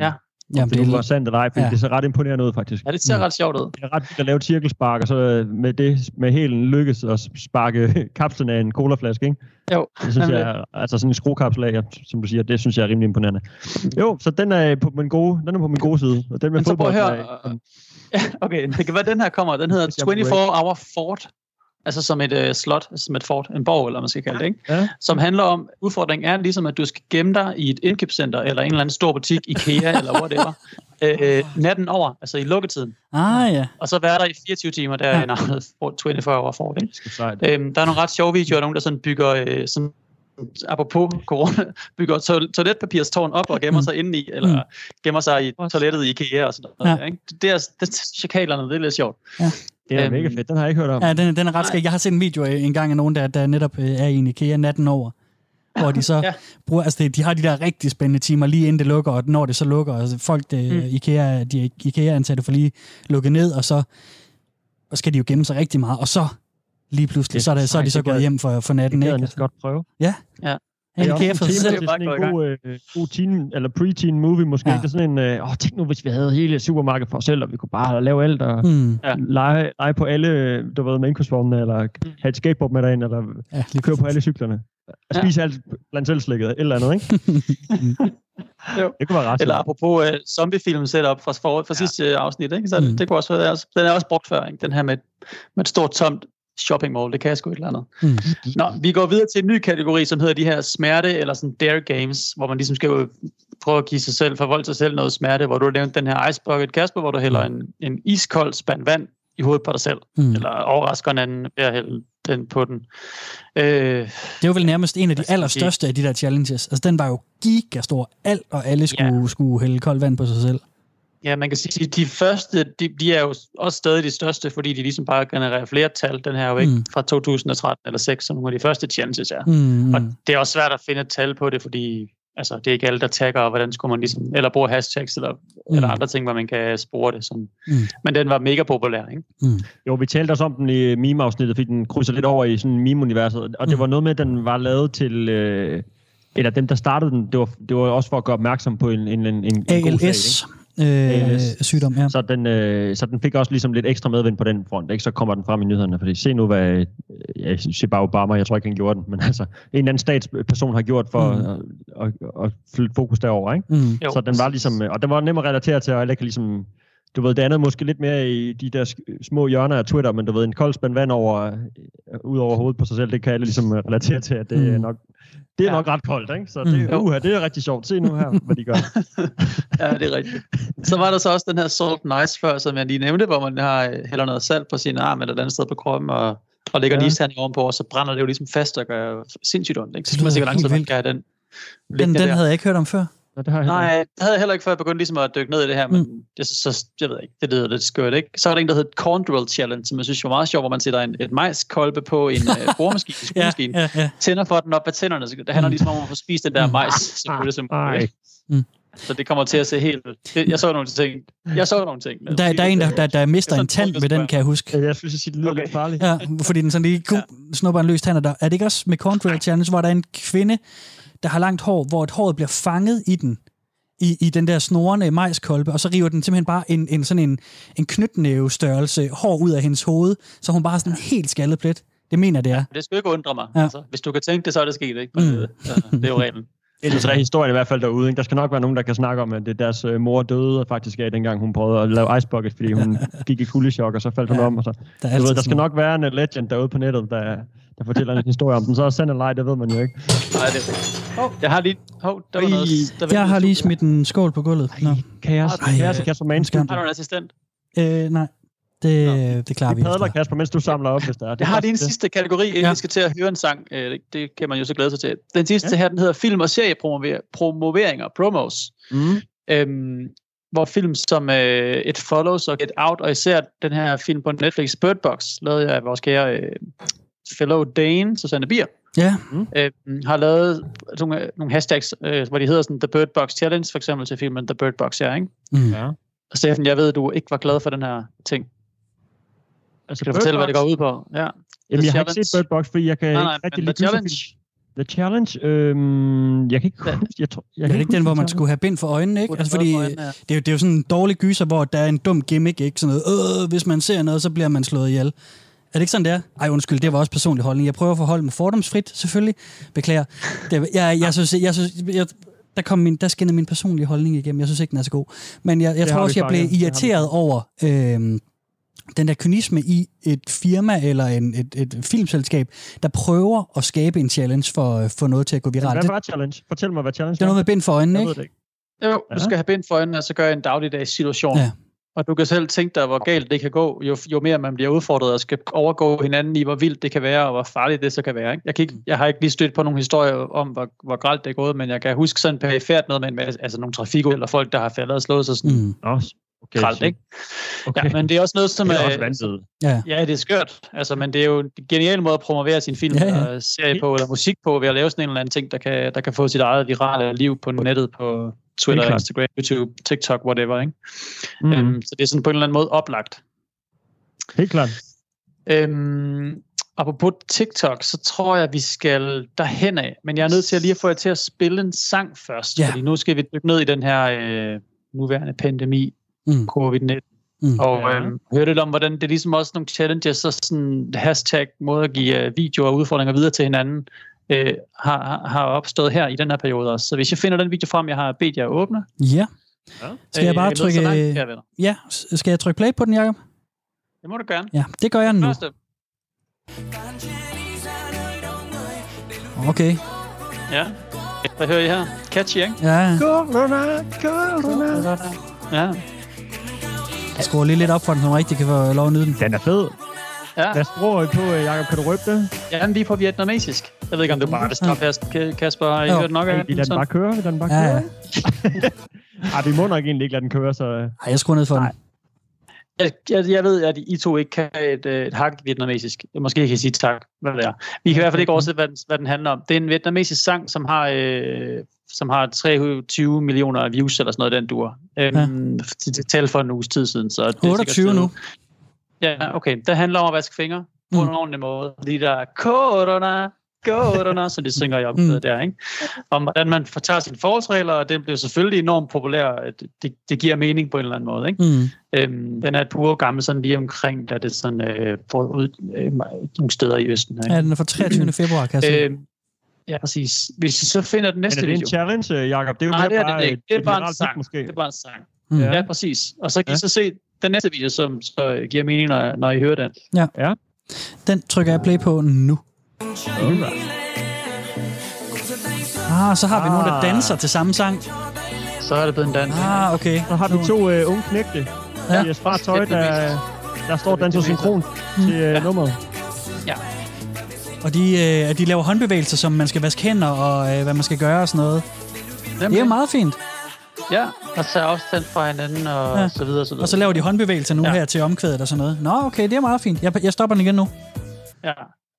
Jamen, det var sandt eller ej, fordi det ser ret imponerende ud, faktisk. Ja, det ser ret sjovt ud. Det er ret vildt at lave et cirkelspark, og så med hælen lykkes at sparke kapslen af en colaflaske, ikke? Jo. Det synes jeg, altså sådan en skruekapsel af, som du siger, det synes jeg er rimelig imponerende. Jo, så den er på min gode side. Og den med fodbold. Ja, okay, det kan være, den her kommer. Den hedder 24-Hour Fort. Altså som et slot, som et fort, en borg, eller man skal kalde det, ikke? Ja. Som handler om, udfordringen er ligesom, at du skal gemme dig i et indkøbscenter, eller en eller anden stor butik, IKEA, eller whatever, natten over, altså i lukketiden. Ja. Og så være der i 24 timer, der er navnet 24-Hour Fort, ikke? Der er nogle ret sjove videoer, nogen der sådan bygger, sådan, apropos corona, bygger toiletpapirstårn op og gemmer sig indeni, eller gemmer sig i toilettet i IKEA, og sådan noget, ikke? Det er chikalerne, det er lidt sjovt. Ja. Det er mega fedt, den har jeg ikke hørt om. Ja, den er ret skæg. Jeg har set en video en gang af nogen, der netop er i en IKEA natten over, hvor de så bruger, altså de har de der rigtig spændende timer lige inden det lukker, og når det så lukker, altså folk, IKEA-ansatte får lige lukket ned, og så skal de jo gemme sig rigtig meget, og så lige pludselig, så er de så gået hjem for natten. Det kan jeg godt prøve. Ja. IKEA for sig selv. Det er sådan en god teen, eller pre-teen movie måske. Det er sådan en, tænk nu, hvis vi havde hele supermarkedet for os selv, og vi kunne bare lave alt, og lege på alle, du ved, med indkøbsvognene, eller have et skateboard med derind, eller køre på alle cyklerne. Og spise alt blandt selvslækket, et eller andet, ikke? Det kunne være ret. Eller apropos zombiefilm setup fra sidste afsnit, ikke? Så det kunne også være, den er også brugt før, ikke? Den her med et stort tomt shopping mall, det kan jeg sgu et eller andet. Nå, vi går videre til en ny kategori, som hedder de her smerte, eller sådan dare games, hvor man ligesom skal prøve at give forvolde sig selv noget smerte, hvor du har nævnt den her Ice Bucket, Kasper, hvor du hælder en iskold spand vand i hovedet på dig selv, eller overrasker en anden ved at hælde den på den. Det var vel nærmest en af de allerstørste af de der challenges. Altså, den var jo gigastor. Alt og alle skulle hælde koldt vand på sig selv. Ja, man kan sige, at de første, de er jo også stadig de største, fordi de ligesom bare genererer flere tal. Den her er jo ikke fra 2013 eller 6, som nogle af de første challenges er. Og det er også svært at finde et tal på det, fordi altså, det er ikke alle, der tagger, og hvordan skulle man ligesom, eller bruger hashtags, eller andre ting, hvor man kan spore det. Sådan. Men den var mega populær, ikke? Jo, vi talte også om den i meme-afsnittet, fordi den krydser lidt over i sådan meme-universet, og det var noget med, at den var lavet til... eller dem, der startede den, det var også for at gøre opmærksom på en god sag, ikke? Sygdom, ja. Så den fik også ligesom lidt ekstra medvind på den front, ikke? Så kommer den frem i nyhederne, fordi se nu, hvad jeg siger bare Obama, jeg tror ikke, han gjorde den, men altså, en anden statsperson har gjort for at flytte fokus derover, ikke? Så den var ligesom, og den var nem at relatere til, og alle kan ligesom, du ved, det andet måske lidt mere i de der små hjørner af Twitter, men du ved, en kold spand vand ud over hovedet på sig selv, det kan alle ligesom relatere til, at det er nok... Det er nok ret koldt, ikke? Så det er rigtig sjovt. Se nu her, hvad de gør. Ja, det er rigtigt. Så var der så også den her Salt and Ice før, som jeg lige nævnte, hvor man hælder noget salt på sin arm eller et andet sted på kroppen, og lægger en ishand ovenpå, og så brænder det jo ligesom fast og gør sindssygt ondt, ikke? Så det er sikkert lang tid, man kan have den. Den havde jeg ikke hørt om før. Nej, det havde jeg heller ikke, før jeg begyndte ligesom at dykke ned i det her, men jeg ved ikke, det lyder lidt skørt, ikke? Så er der en, der hedder Corn Drill Challenge, som jeg synes var meget sjov, hvor man sætter et majskolbe på en boremaskine, tænder for den op af tænderne, så det handler ligesom om at få spist den der majs, så det kommer til at se helt... Jeg så nogle ting. Der er en, der mister en tand ved den, kan jeg huske. Jeg synes, det lyder lidt farligt. Ja, fordi den sådan lige snupper en løs tand der. Er det ikke også med Corn Drill Challenge, hvor der er en kvinde, der har langt hår, hvor et håret bliver fanget i den, i den der snorende majskolbe, og så river den simpelthen bare en knytnævestørrelse hår ud af hendes hoved, så hun bare har sådan en helt skaldet plet. Det mener det er. Det skal ikke undre mig. Ja. Altså, hvis du kan tænke det, så er det sket, ikke? Det er jo reglen. Det er tre historier i hvert fald derude, ikke? Der skal nok være nogen, der kan snakke om, at det deres mor døde faktisk af, dengang hun prøvede at lave Ice Bucket, fordi hun gik i kuldechok, og så faldt hun om. Og så. Der skal nok være en legend derude på nettet, der fortæller en historie om den. Så er sand eller ej, det ved man jo ikke. Nej, det er rigtigt. Jeg har lige... der var noget, jeg har lige smidt en skål på gulvet. Kaos. Kasper Mandskyld. Har du en assistent? Nej. Det klarer vi. Vi padler, Kasper, mens du samler op, hvis der er. Jeg har lige en sidste kategori, inden vi skal til at høre en sang. Det kan man jo så glæde sig til. Den sidste her, den hedder film- og seriepromoveringer, promos. Hvor film som It Follows og Get Out, og især den her film på Netflix, Bird Box, lavet af vores kære fellow Dane, Susanne Bier. Ja. Har lavet nogle hashtags, hvor de hedder sådan The Bird Box Challenge, for eksempel til filmen The Bird Box her, ikke? Ja. Og Steffen, jeg ved, du ikke var glad for den her ting. Altså, kan du fortælle, hvad det går ud på? Ja. Jamen, jeg har ikke set Bird Box, fordi jeg kan ikke rigtig lide challenge. The Challenge? Jeg kan ikke huske. Jeg kan ikke den, hvor man skulle have bind for øjnene, ikke? Altså, fordi det er jo sådan en dårlig gyser, hvor der er en dum gimmick, ikke? Sådan noget, hvis man ser noget, så bliver man slået ihjel. Er det ikke sådan, det er? Ej, undskyld, det var også personlig holdning. Jeg prøver at forholde mig fordomsfrit, selvfølgelig. Beklager. Jeg synes, der skinnede min personlige holdning igennem. Jeg synes ikke, den er så god. Men jeg tror også, jeg blev irriteret over den der kynisme i et firma eller et filmselskab, der prøver at skabe en challenge for at få noget til at gå viralt. Hvad var challenge? Fortæl mig, hvad challenge var. Det er noget med bind for øjnene, ikke? Jo, du skal have bind for øjnene, og så gør jeg en dagligdags situation. Ja. Og du kan selv tænke dig, hvor galt det kan gå, jo mere man bliver udfordret og skal overgå hinanden i, hvor vildt det kan være, og hvor farligt det så kan være. Ikke? Jeg har ikke lige stødt på nogle historier om, hvor grelt det er gået, men jeg kan huske sådan perifært noget med altså nogle trafiko eller folk, der har faldet og slået sig sådan grelt, ikke? Okay. Ja, men det er også noget, som det er også vanvittigt. Ja, det er skørt. Altså, men det er jo en genial måde at promovere sin film og serie på, eller musik på, ved at lave sådan en eller anden ting, der kan få sit eget virale liv på nettet, på Twitter, Instagram, YouTube, TikTok, whatever, ikke? Så det er sådan på en eller anden måde oplagt. Helt klart. Apropos TikTok, så tror jeg, vi skal derhen af. Men jeg er nødt til at lige få jer til at spille en sang først, fordi nu skal vi dykke ned i den her nuværende pandemi, COVID-19. Og høre lidt om, hvordan det er ligesom også nogle challenges, og sådan hashtag måde at give videoer og udfordringer videre til hinanden, har opstået her i den her periode også. Så hvis jeg finder den video frem, jeg har bedt jer at åbne. Ja. Skal jeg bare trykke... Skal jeg trykke play på den, Jacob? Det må du gerne. Ja, det gør jeg nu. Okay. Ja. Hvad hører I her? Catchy, ikke? Ja. Corona. Ja. Jeg skruer lige lidt op for den, så man rigtig kan få lov at nyde den. Den er fed. Ja. Hvad sprog er I på, Jacob? Kan du røbe det? Ja, den er på vietnamesisk. Jeg ved ikke, om det er bare det stop her, Kasper. Har I hørt nok af den? Vi lader den bare køre. Ja. Ej, vi må nok egentlig ikke lade den køre, så... Ej, jeg skruer ned for den. Jeg ved, at I to ikke kan et hak vietnamesisk. Jeg måske ikke kan sige tak, hvad det er. Vi kan i hvert fald ikke oversætte, hvad den handler om. Det er en vietnamesisk sang, som har 23 millioner views eller sådan noget, den duer. Det talte for en uges tid siden. Så det 28 nu. Ja, okay. Det handler om at vaske fingre på en ordentlig måde. Lige der corona, så det synger jeg op der, ikke? Om hvordan man fortager sine forholdsregler, og det bliver selvfølgelig enormt populær. Det giver mening på en eller anden måde, ikke? Den er et par uger gammel, sådan lige omkring, da det sådan nogle steder i Østen. Ikke? Ja, den er fra 23. februar, kan jeg sige. Ja, præcis. Hvis I så finder den næste video... Men er det en challenge, Jacob? Det er jo det er bare en sang. Måske. Det er bare en sang. Ja, præcis. Og så kan I så se den næste video, som så giver mening, når I hører den. Ja. Den trykker jeg play på nu. Så har vi nogen, der danser til samme sang. Så er det blevet en dans. Okay. Så har vi 2 unge knægte i smart tøj, der står og danser synkron til nummeret. Ja. Og de laver håndbevægelser, som man skal vaske hænder, og hvad man skal gøre og sådan noget. Det er jo meget fint. Ja, og så afstand fra hinanden og så videre, så videre. Og så laver de håndbevægelser nu her til omkvædet og sådan noget. Nå, okay, det er meget fint. Jeg stopper den igen nu. Ja.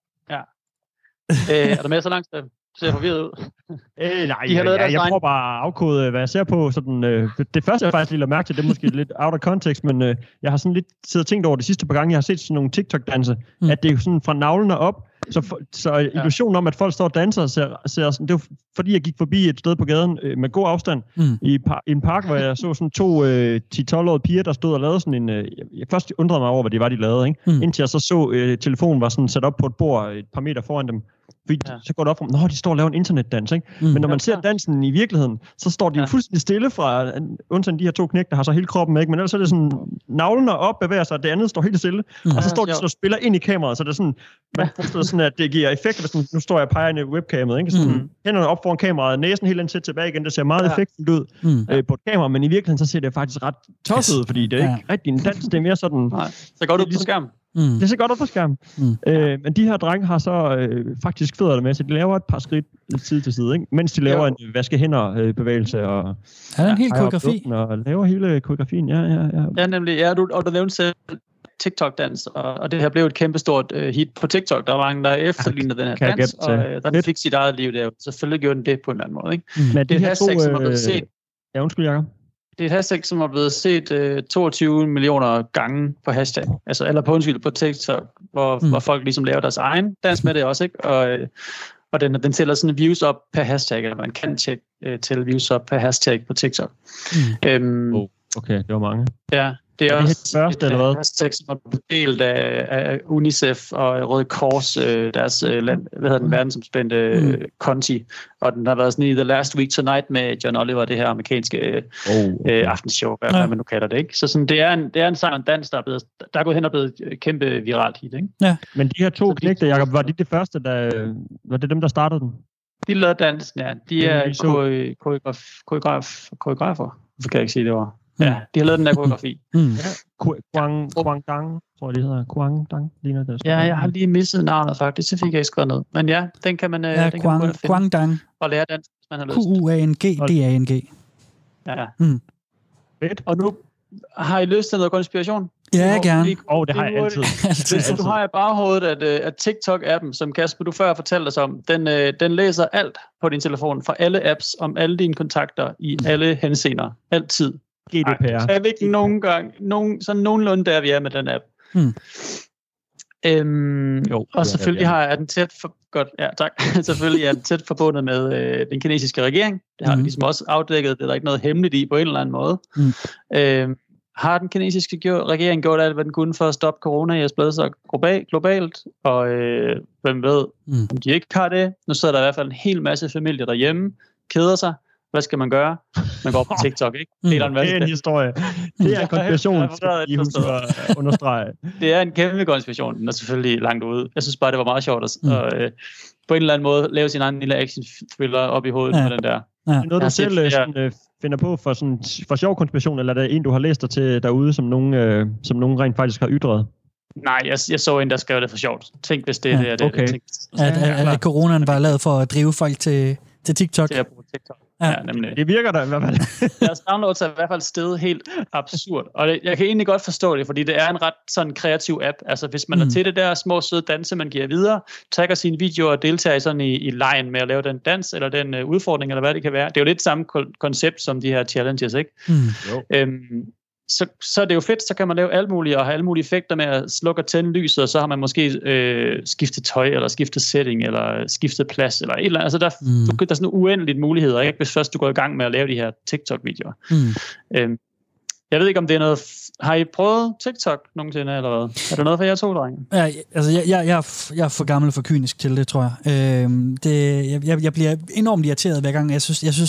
Er der mere så langt? Ser jeg forvirret ud? Nej, jeg prøver bare at afkode, hvad jeg ser på. Sådan, det første, jeg faktisk lige lader mærke til, det er måske lidt out of context, men jeg har sådan lidt siddet og tænkt over de sidste par gange, jeg har set sådan nogle TikTok-danse, at det er sådan fra navlene op, så illusionen om, at folk står og danser, ser sådan, det var fordi, jeg gik forbi et sted på gaden med god afstand, i en park, hvor jeg så sådan 2 10-12-årige piger, der stod og lavede sådan en... jeg først undrede mig over, hvad det var, de lavede, ikke? Indtil jeg så telefonen var sådan sat op på et bord et par meter foran dem. Fordi så går det op for de står og laver en internetdans, ikke? Men når man ser dansen i virkeligheden, så står de jo fuldstændig stille fra, undtagen de her 2 knægte, der har så hele kroppen med, ikke? Men ellers er det sådan, navlene op bevæger sig, og det andet står helt stille. Og så står de så og spiller ind i kameraet, så det er sådan, man forstår sådan, at det giver effekt, hvis nu står jeg og peger ind i webcamet, ikke? Sådan, hænderne op foran kameraet, næsen helt ind tilbage igen, det ser meget effektfuldt ud på et kamera, men i virkeligheden så ser det faktisk ret tosset ud, fordi det er ikke rigtig en dans, det er mere sådan... Så går du på skærmen. Det ser godt ud på skærmen. Men de her drenge har så faktisk fødderne med, så de laver et par skridt side til side, ikke? Mens de laver en vaske-hænder-bevægelse og en hel koreografi. Og laver hele koreografien, ja. Nemlig, du nævnte selv TikTok-dans, og det her blev et kæmpestort hit på TikTok. Der var mange, der efterlignede den her dans, og den fik sit eget liv der. Selvfølgelig gjorde den det på en eller anden måde, ikke? Men det er et hashtag, som er blevet set... Ja, undskyld, Jacob. Det er et hashtag, som er blevet set 22 millioner gange på hashtag. Altså, eller på TikTok, hvor folk ligesom laver deres egen dans med det også, ikke? Og den tæller sådan views op per hashtag, eller man kan tælle views op per hashtag på TikTok. Okay, det var mange. Ja, det er også første, eller hvad? hashtag, som er delt af UNICEF og Røde Kors, deres verdensomspændte konti. Og den har været sådan i The Last Week Tonight med John Oliver, det her amerikanske aftenshow, hvad man nu kalder det, ikke? Så sådan, det er en sang og en dans, der er gået hen og blevet kæmpe viralt hit, ikke? Ja. Men de her to knægte, Jacob, var det første, var det dem, der startede den? De lavede dansen, ja. De er koreografer. Så kan jeg ikke sige det var. Ja, de har lavet den der koreografi. Kwangdang, tror jeg, det hedder. Kwangdang, ligner det. Ja, jeg har lige misset navnet faktisk, så fik jeg ikke skrevet ned. Men ja, den kan man, den kan man Kwangdang. Og lære dansk, hvis man har lyst. Kwangdang. Ja. Fedt. Og nu har I lyst til noget konspiration? Ja, gerne. Det har jeg altid. Du har i baghovedet, at TikTok-appen, som Kasper, du før fortalte os om, den læser alt på din telefon fra alle apps, om alle dine kontakter i alle henseender. Altid. GDPR. Jeg ved ikke sådan nogenlunde der, vi er med den app. Og selvfølgelig er den tæt selvfølgelig er den tæt forbundet med den kinesiske regering. Det har vi ligesom også afdækket. Det er der ikke noget hemmeligt i på en eller anden måde. Har den kinesiske regering gjort alt, hvad den kunne for at stoppe corona i at sprede sig globalt? Og hvem ved, om de ikke har det? Nu sidder der i hvert fald en hel masse familier derhjemme, keder sig. Hvad skal man gøre? Man går på TikTok, ikke? Det er en historie. Det er en konspiration, I husker at understrege. Det er en kæmpe konspiration. Den er selvfølgelig langt ude. Jeg synes bare, det var meget sjovt at på en eller anden måde lave sin egen lille action-thriller op i hovedet med den der. Ja. Er noget, du selv finder på for sjov konspiration, eller er det en, du har læst dig til derude, som nogen rent faktisk har ytret? Nej, jeg så en, der skrev det for sjovt. Tænk, hvis det er det. Okay. At coronaen var lavet for at drive folk til TikTok. Til at bruge TikTok. Ja, nemlig. Det virker da i hvert fald. Deres downloads er i hvert fald stedet helt absurd. Og jeg kan egentlig godt forstå det, fordi det er en ret sådan kreativ app. Altså hvis man er til det der små søde danse, man giver videre, tagger sine videoer og deltager sådan i lejen med at lave den dans, eller den udfordring, eller hvad det kan være. Det er jo lidt samme koncept som de her challenges, ikke? Så er det jo fedt, så kan man lave alt muligt, og have alle mulige effekter med at slukke og tænde lyset, og så har man måske skiftet tøj, eller skiftet setting, eller skiftet plads, eller et eller andet. Altså der er sådan uendeligt muligheder, ikke? Hvis først du går i gang med at lave de her TikTok-videoer. Jeg ved ikke, om det er noget... Har I prøvet TikTok nogensinde, eller hvad? Er det noget for jer to, drenge? Ja, altså jeg er for gammel for kynisk til det, tror jeg. Jeg bliver enormt irriteret hver gang.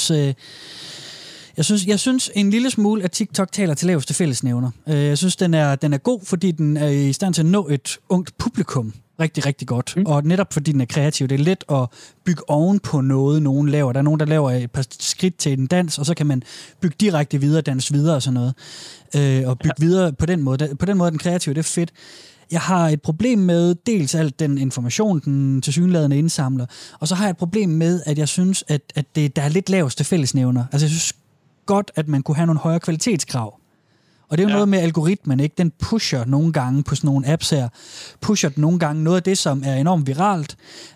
Jeg synes en lille smule, at TikTok taler til laveste fællesnævner. Jeg synes, den er god, fordi den er i stand til at nå et ungt publikum rigtig, rigtig godt. Og netop fordi den er kreativ. Det er let at bygge oven på noget, nogen laver. Der er nogen, der laver et par skridt til en dans, og så kan man bygge direkte videre, danse videre og sådan noget. Og bygge videre på den måde. På den måde er den kreativ, det er fedt. Jeg har et problem med dels alt den information, den tilsyneladende indsamler, og så har jeg et problem med, at jeg synes, at der er lidt laveste fællesnævner. Altså jeg synes godt, at man kunne have nogle højere kvalitetskrav. Og det er jo noget med algoritmen, ikke? Den pusher nogle gange på sådan nogle apps her, pusher nogle gange noget af det, som er enormt viralt,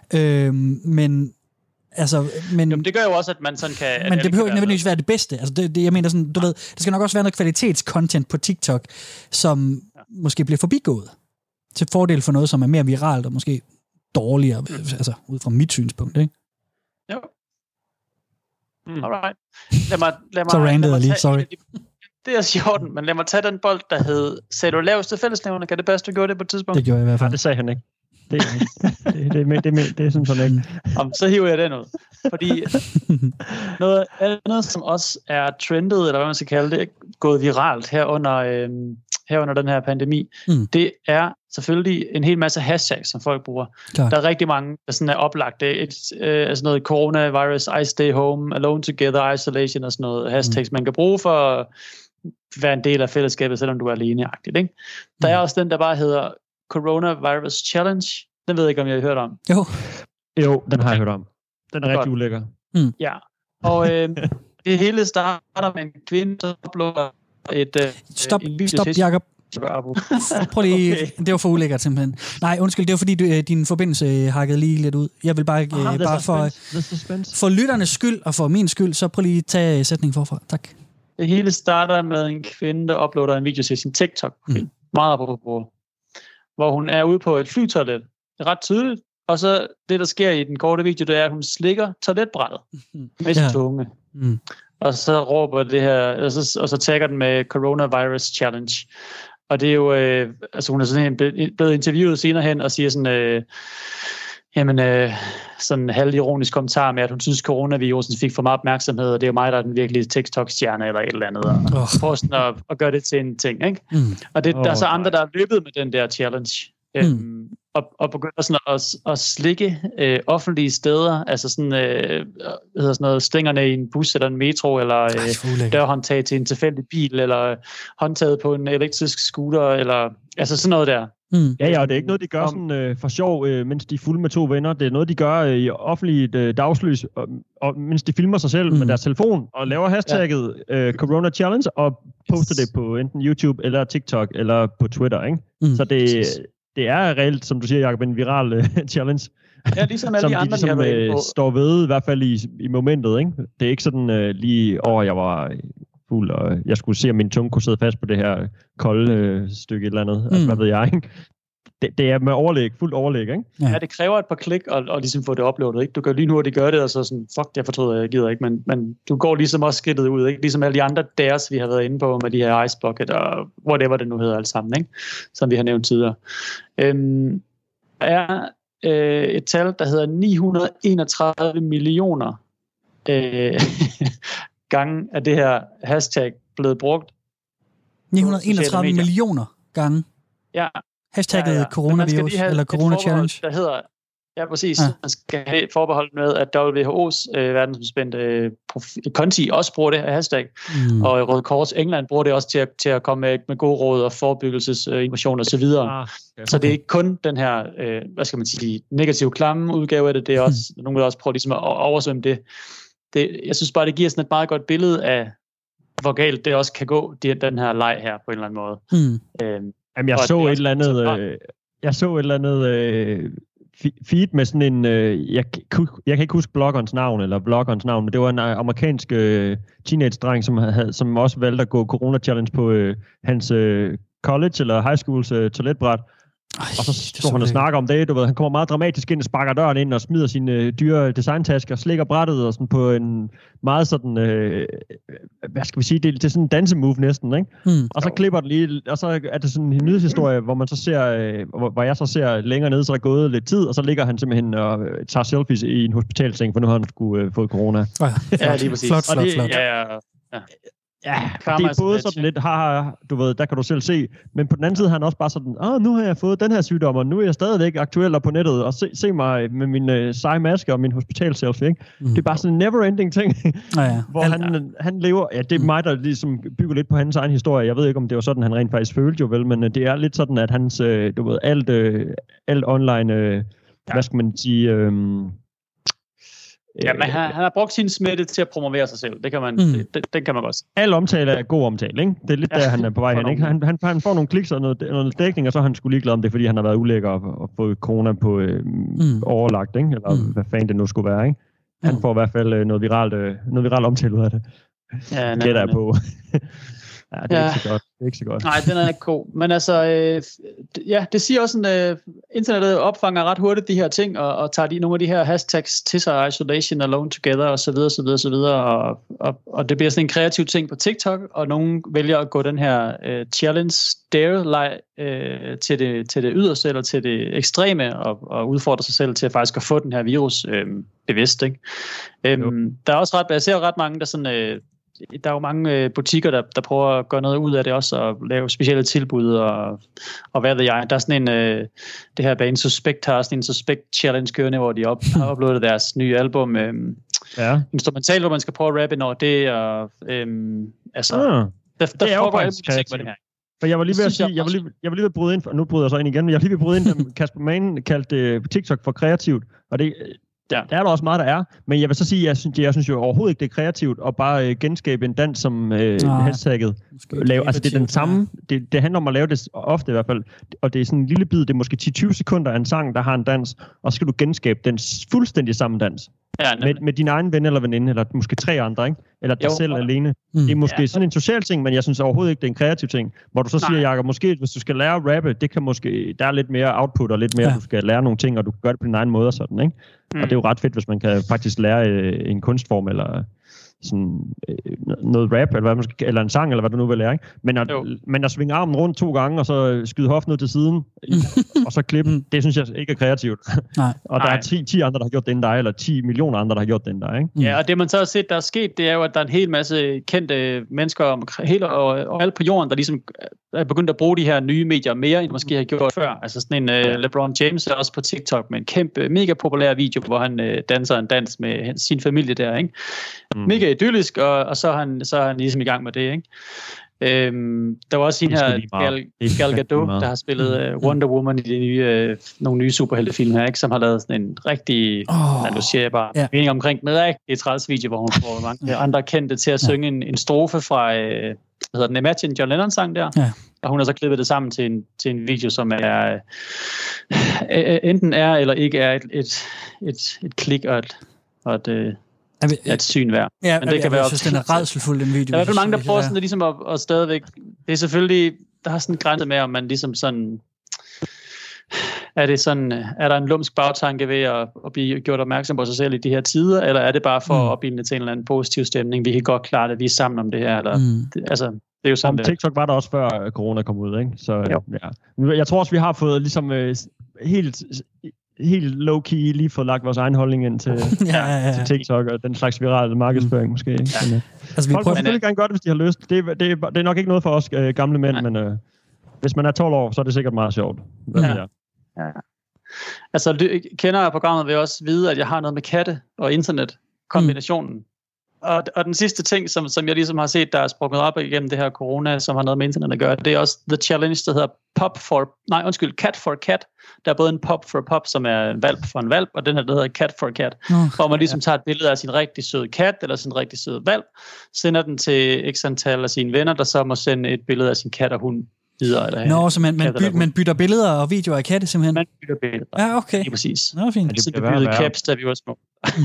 men Jamen, det gør jo også, at man sådan kan... Men det behøver ikke nødvendigvis være det bedste. Altså jeg mener sådan, du ved, der skal nok også være noget kvalitetscontent på TikTok, som måske bliver forbigået til fordel for noget, som er mere viralt og måske dårligere, altså ud fra mit synspunkt, ikke? Jo. Alright. Lad mig så randede jeg lige, sorry. Det er sjovt, men lad mig tage den bold, der hed, sagde du laveste fællesnævner? Kan det passe, du gjorde det på et tidspunkt? Det gjorde jeg i hvert fald. Nej, det sagde han ikke. Det er sådan ikke. Så hiver jeg den ud. Fordi noget andet, som også er trendet, eller hvad man skal kalde det, gået viralt her under den her pandemi, det er selvfølgelig en hel masse hashtags, som folk bruger. Klar. Der er rigtig mange, der sådan er oplagt. Det er altså noget coronavirus, I stay home, alone together, isolation og sådan noget hashtags, man kan bruge for at være en del af fællesskabet, selvom du er alene-agtigt, ikke? Der er også den, der bare hedder Coronavirus Challenge. Den ved jeg ikke, om jeg har hørt om. Jo, den har jeg hørt om. Den er rigtig ulækker. Ja, og det hele starter med en kvinde, der uploader Stop, Jacob. Prøv lige, okay. Det var for ulækkert simpelthen. Nej, undskyld, det var fordi din forbindelse hakkede lige lidt ud. Jeg vil bare, bare for lytternes skyld og for min skyld, så prøv lige at tage sætningen forfra. Tak. Det hele starter med en kvinde, der uploader en video til sin TikTok-profil. Meget apropos. Hvor hun er ude på et flytoilet. Det er ret tydeligt. Og så det, der sker i den korte video, det er, at hun slikker toiletbrættet med sin tunge. Og så råber det her, og så tagger den med Coronavirus Challenge. Og det er jo, altså hun er sådan blevet interviewet senere hen og siger sådan, sådan en halvironisk kommentar med, at hun synes, coronavirusen fik for meget opmærksomhed, og det er jo mig, der er den virkelige TikTok-stjerne eller et eller andet. Og prøver sådan at gøre det til en ting, ikke? Og der er så andre, der har løbet med den der challenge. Og begynder sådan at slikke offentlige steder, altså sådan, hedder sådan noget, stængerne i en bus eller en metro, eller dørhåndtag til en tilfældig bil, eller håndtaget på en elektrisk scooter, eller altså sådan noget der. Ja, og det er ikke noget, de gør sådan for sjov, mens de er fulde med 2 venner. Det er noget, de gør i offentligt dagslys, og mens de filmer sig selv med deres telefon, og laver hashtagget Corona Challenge, og poster det på enten YouTube, eller TikTok, eller på Twitter, ikke? Så det er reelt, som du siger, Jacob, en viral challenge. Ja, ligesom alle de andre, som står ved, i hvert fald i momentet, ikke? Det er ikke sådan lige over, jeg var fuld, og jeg skulle se, om min tunge kunne sidde fast på det her kolde stykke et eller andet. Altså, hvad ved jeg, ikke? Det er med overlæg, fuldt overlæg, ikke? Ja, det kræver et par klik og ligesom få det uploadet, ikke? Du kan lige hurtigt gøre det, og så sådan, fuck, jeg fortryder, jeg gider ikke, men du går ligesom også skridtet ud, ikke? Ligesom alle de andre deres, vi har været inde på, med de her Ice Bucket og whatever det nu hedder alt sammen, ikke? Som vi har nævnt tidligere. Er et tal, der hedder 931 millioner gange af det her hashtag blevet brugt. 931 millioner gange? Ja. Hashtagget coronavirus, eller corona challenge. Der hedder, ja, præcis. Ja. Man skal have forbeholdt med, at WHO's verdensomspændte konti også bruger det her hashtag. Og Røde Kors England bruger det også til at komme med gode råd og forebyggelsesinformation og så videre. Så det er ikke kun den her, hvad skal man sige, negative klamme udgave af det. Det er også, nogen vil også prøve ligesom at oversvømme det. Jeg synes bare, det giver sådan et meget godt billede af, hvor galt det også kan gå, den her leg her på en eller anden måde. Jamen, jeg så et eller andet feed med sådan en, jeg kan ikke huske bloggerens navn, men det var en amerikansk teenage-dreng, som også valgte at gå Corona Challenge på hans college eller high schools toiletbræt. Og så står han og snakker om det, du ved, han kommer meget dramatisk ind og sparker døren ind og smider sine dyre designtasker, slikker brættet og sådan på en meget sådan, hvad skal vi sige, det er sådan en dansemove næsten, ikke? Og så klipper den lige, og så er det sådan en nyhedshistorie, hvor man så ser, hvor jeg så ser længere nede, så er der gået lidt tid, og så ligger han simpelthen og tager selfies i en hospitalseng, for nu har han skulle fået corona. Ja, lige præcis. Flot. Ja, det er både sådan lidt, du ved, der kan du selv se, men på den anden side har han også bare sådan, nu har jeg fået den her sygdom, og nu er jeg stadigvæk aktuel og på nettet, og se mig med min seje maske og min hospitalselfie, ikke? Det er bare sådan en never-ending ting, hvor han lever, det er mig, der ligesom bygger lidt på hans egen historie. Jeg ved ikke, om det var sådan, han rent faktisk følte jo vel, men det er lidt sådan, at hans, du ved, alt online, hvad skal man sige... Ja, men han har brugt sin smitte til at promovere sig selv. Det kan man, den kan man godt. Al omtale er god omtale, ikke? Det er lidt der, han er på vej hen, ikke? Han får nogle kliks og noget dækning, og så er han sgu ligeglad om det, fordi han har været ulækker og fået corona på overlagt, ikke? Eller hvad fanden det nu skulle være, ikke? Han får i hvert fald noget viralt omtale ud af det. Ja, gætter jeg på. Ja, det er ikke så godt. Det er ikke så godt. Nej, den er ikke god. Men altså, det siger også, at internettet opfanger ret hurtigt de her ting, og tager nogle af de her hashtags til sig, isolation, alone together, og så videre, og det bliver sådan en kreativ ting på TikTok, og nogen vælger at gå den her challenge dare-leg til det yderste, eller til det ekstreme, og udfordre sig selv til at faktisk at få den her virus bevidst, ikke? Der er også jeg ser ret mange, der sådan... Der er jo mange butikker, der prøver at gøre noget ud af det også, og lave specielle tilbud, og hvad ved jeg. Der er sådan en, det her Bane Suspect har sådan en Suspect Challenge kørende, hvor de har uploadet deres nye album, instrumentalt, hvor man skal prøve at rappe over det, og der foregår alt musik med det her. For jeg var lige ved at sige, jeg var lige ved at bryde ind, og nu bryder jeg så ind igen, men jeg var lige ved at bryde ind, Kasper Mann kaldte TikTok for kreativt, og det... Der er der også meget, der er, men jeg vil så sige, at jeg synes jo overhovedet ikke, det er kreativt at bare genskabe en dans, som hashtagget laver. Altså det er den samme, det handler om at lave det ofte i hvert fald, og det er sådan en lille bid, det er måske 10-20 sekunder af en sang, der har en dans, og så skal du genskabe den fuldstændig samme dans. Ja, med din egen ven eller veninde, eller måske 3 andre, ikke? eller dig selv alene. Det er måske sådan en social ting, men jeg synes overhovedet ikke, det er en kreativ ting. Hvor du så siger, Jacob, måske hvis du skal lære at rappe, det kan måske, der er lidt mere output og lidt mere, du skal lære nogle ting, og du kan gøre det på din egen måde og sådan, ikke? Og det er jo ret fedt, hvis man kan faktisk lære en kunstform, eller sådan noget rap, eller, hvad man skal, eller en sang, eller hvad du nu vil lære, ikke? Men at svinge armen rundt 2 gange, og så skyde hoften ud til siden, og så klippe, det synes jeg ikke er kreativt. Og der er 10 andre, der har gjort det end dig, eller 10 millioner andre, der har gjort det end dig, ikke? Ja, og det man så har set, der er sket, det er jo, at der er en hel masse kendte mennesker helt og alt på jorden, der ligesom er begyndt at bruge de her nye medier mere, end måske har gjort før. Altså sådan en LeBron James er også på TikTok med en kæmpe, mega populær video, hvor han danser en dans med sin familie der, ikke? Mega idyllisk, og så er han ligesom i gang med det, ikke? Der var også en her Gal Gadot, der har spillet Wonder Woman i de nogle nye superheltefilm her, ikke? Som har lavet sådan en rigtig, nu siger jeg bare, mening omkring en rigtig træls video, hvor hun får mange andre kendte til at synge en strofe fra Imagine, John Lennon sang der, og hun har så klippet det sammen til en video, som er enten er eller ikke er et klik og et syn værd. Ja, men det kan være synes, den er rædselsfuld, den video. Der er i hvert fald mange, der prøver sådan ligesom at stadigvæk... Det er selvfølgelig... Der har sådan en grænse med, om man ligesom sådan... Er der en lumsk bagtanke ved at blive gjort opmærksom på sig selv i de her tider, eller er det bare for at opbilde til en eller anden positiv stemning? Vi kan godt klare det, vi er sammen om det her. Eller, det er jo sådan, TikTok var der også før corona kom ud, ikke? Så jeg tror også, vi har fået ligesom helt low-key lige fået lagt vores egen holdning ind til TikTok og den slags viral markedsføring måske. Ikke? Men, folk må selvfølgelig gerne gøre det, hvis de har lyst. Det er nok ikke noget for os gamle mænd, men hvis man er 12 år, så er det sikkert meget sjovt. Altså, kender jeg programmet, vil også vide, at jeg har noget med katte og internet kombinationen. Og den sidste ting, som jeg ligesom har set, der er sprunget op igennem det her corona, som har noget med internet at gøre, det er også The Challenge, der hedder Cat for Cat. Der er både en pop for pop, som er en valp for en valp, og den her, der hedder Cat for Cat. Hvor man ligesom tager et billede af sin rigtig søde kat, eller sin rigtig søde valp, sender den til x antal af sine venner, der så må sende et billede af sin kat og hund videre. Så man bytter billeder og videoer af katte simpelthen? Man bytter billeder. Ja, okay. Det er præcis. Nå, fint. Så det byttede caps, da vi var små.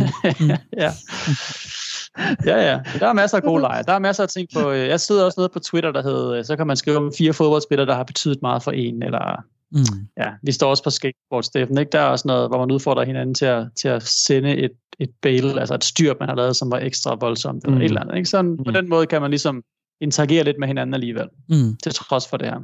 Ja. Der er masser af gode lege. Der er masser af ting på... Jeg sidder også nede på Twitter, der hedder... Så kan man skrive om 4 fodboldspillere, der har betydet meget for en, eller... vi står også på skateboard, Steffen, ikke? Der er også noget, hvor man udfordrer hinanden til at sende et bail, altså et styrt, man har lavet, som var ekstra voldsomt, eller et eller andet, ikke? Sådan, på den måde kan man ligesom interagere lidt med hinanden alligevel, til trods for det her.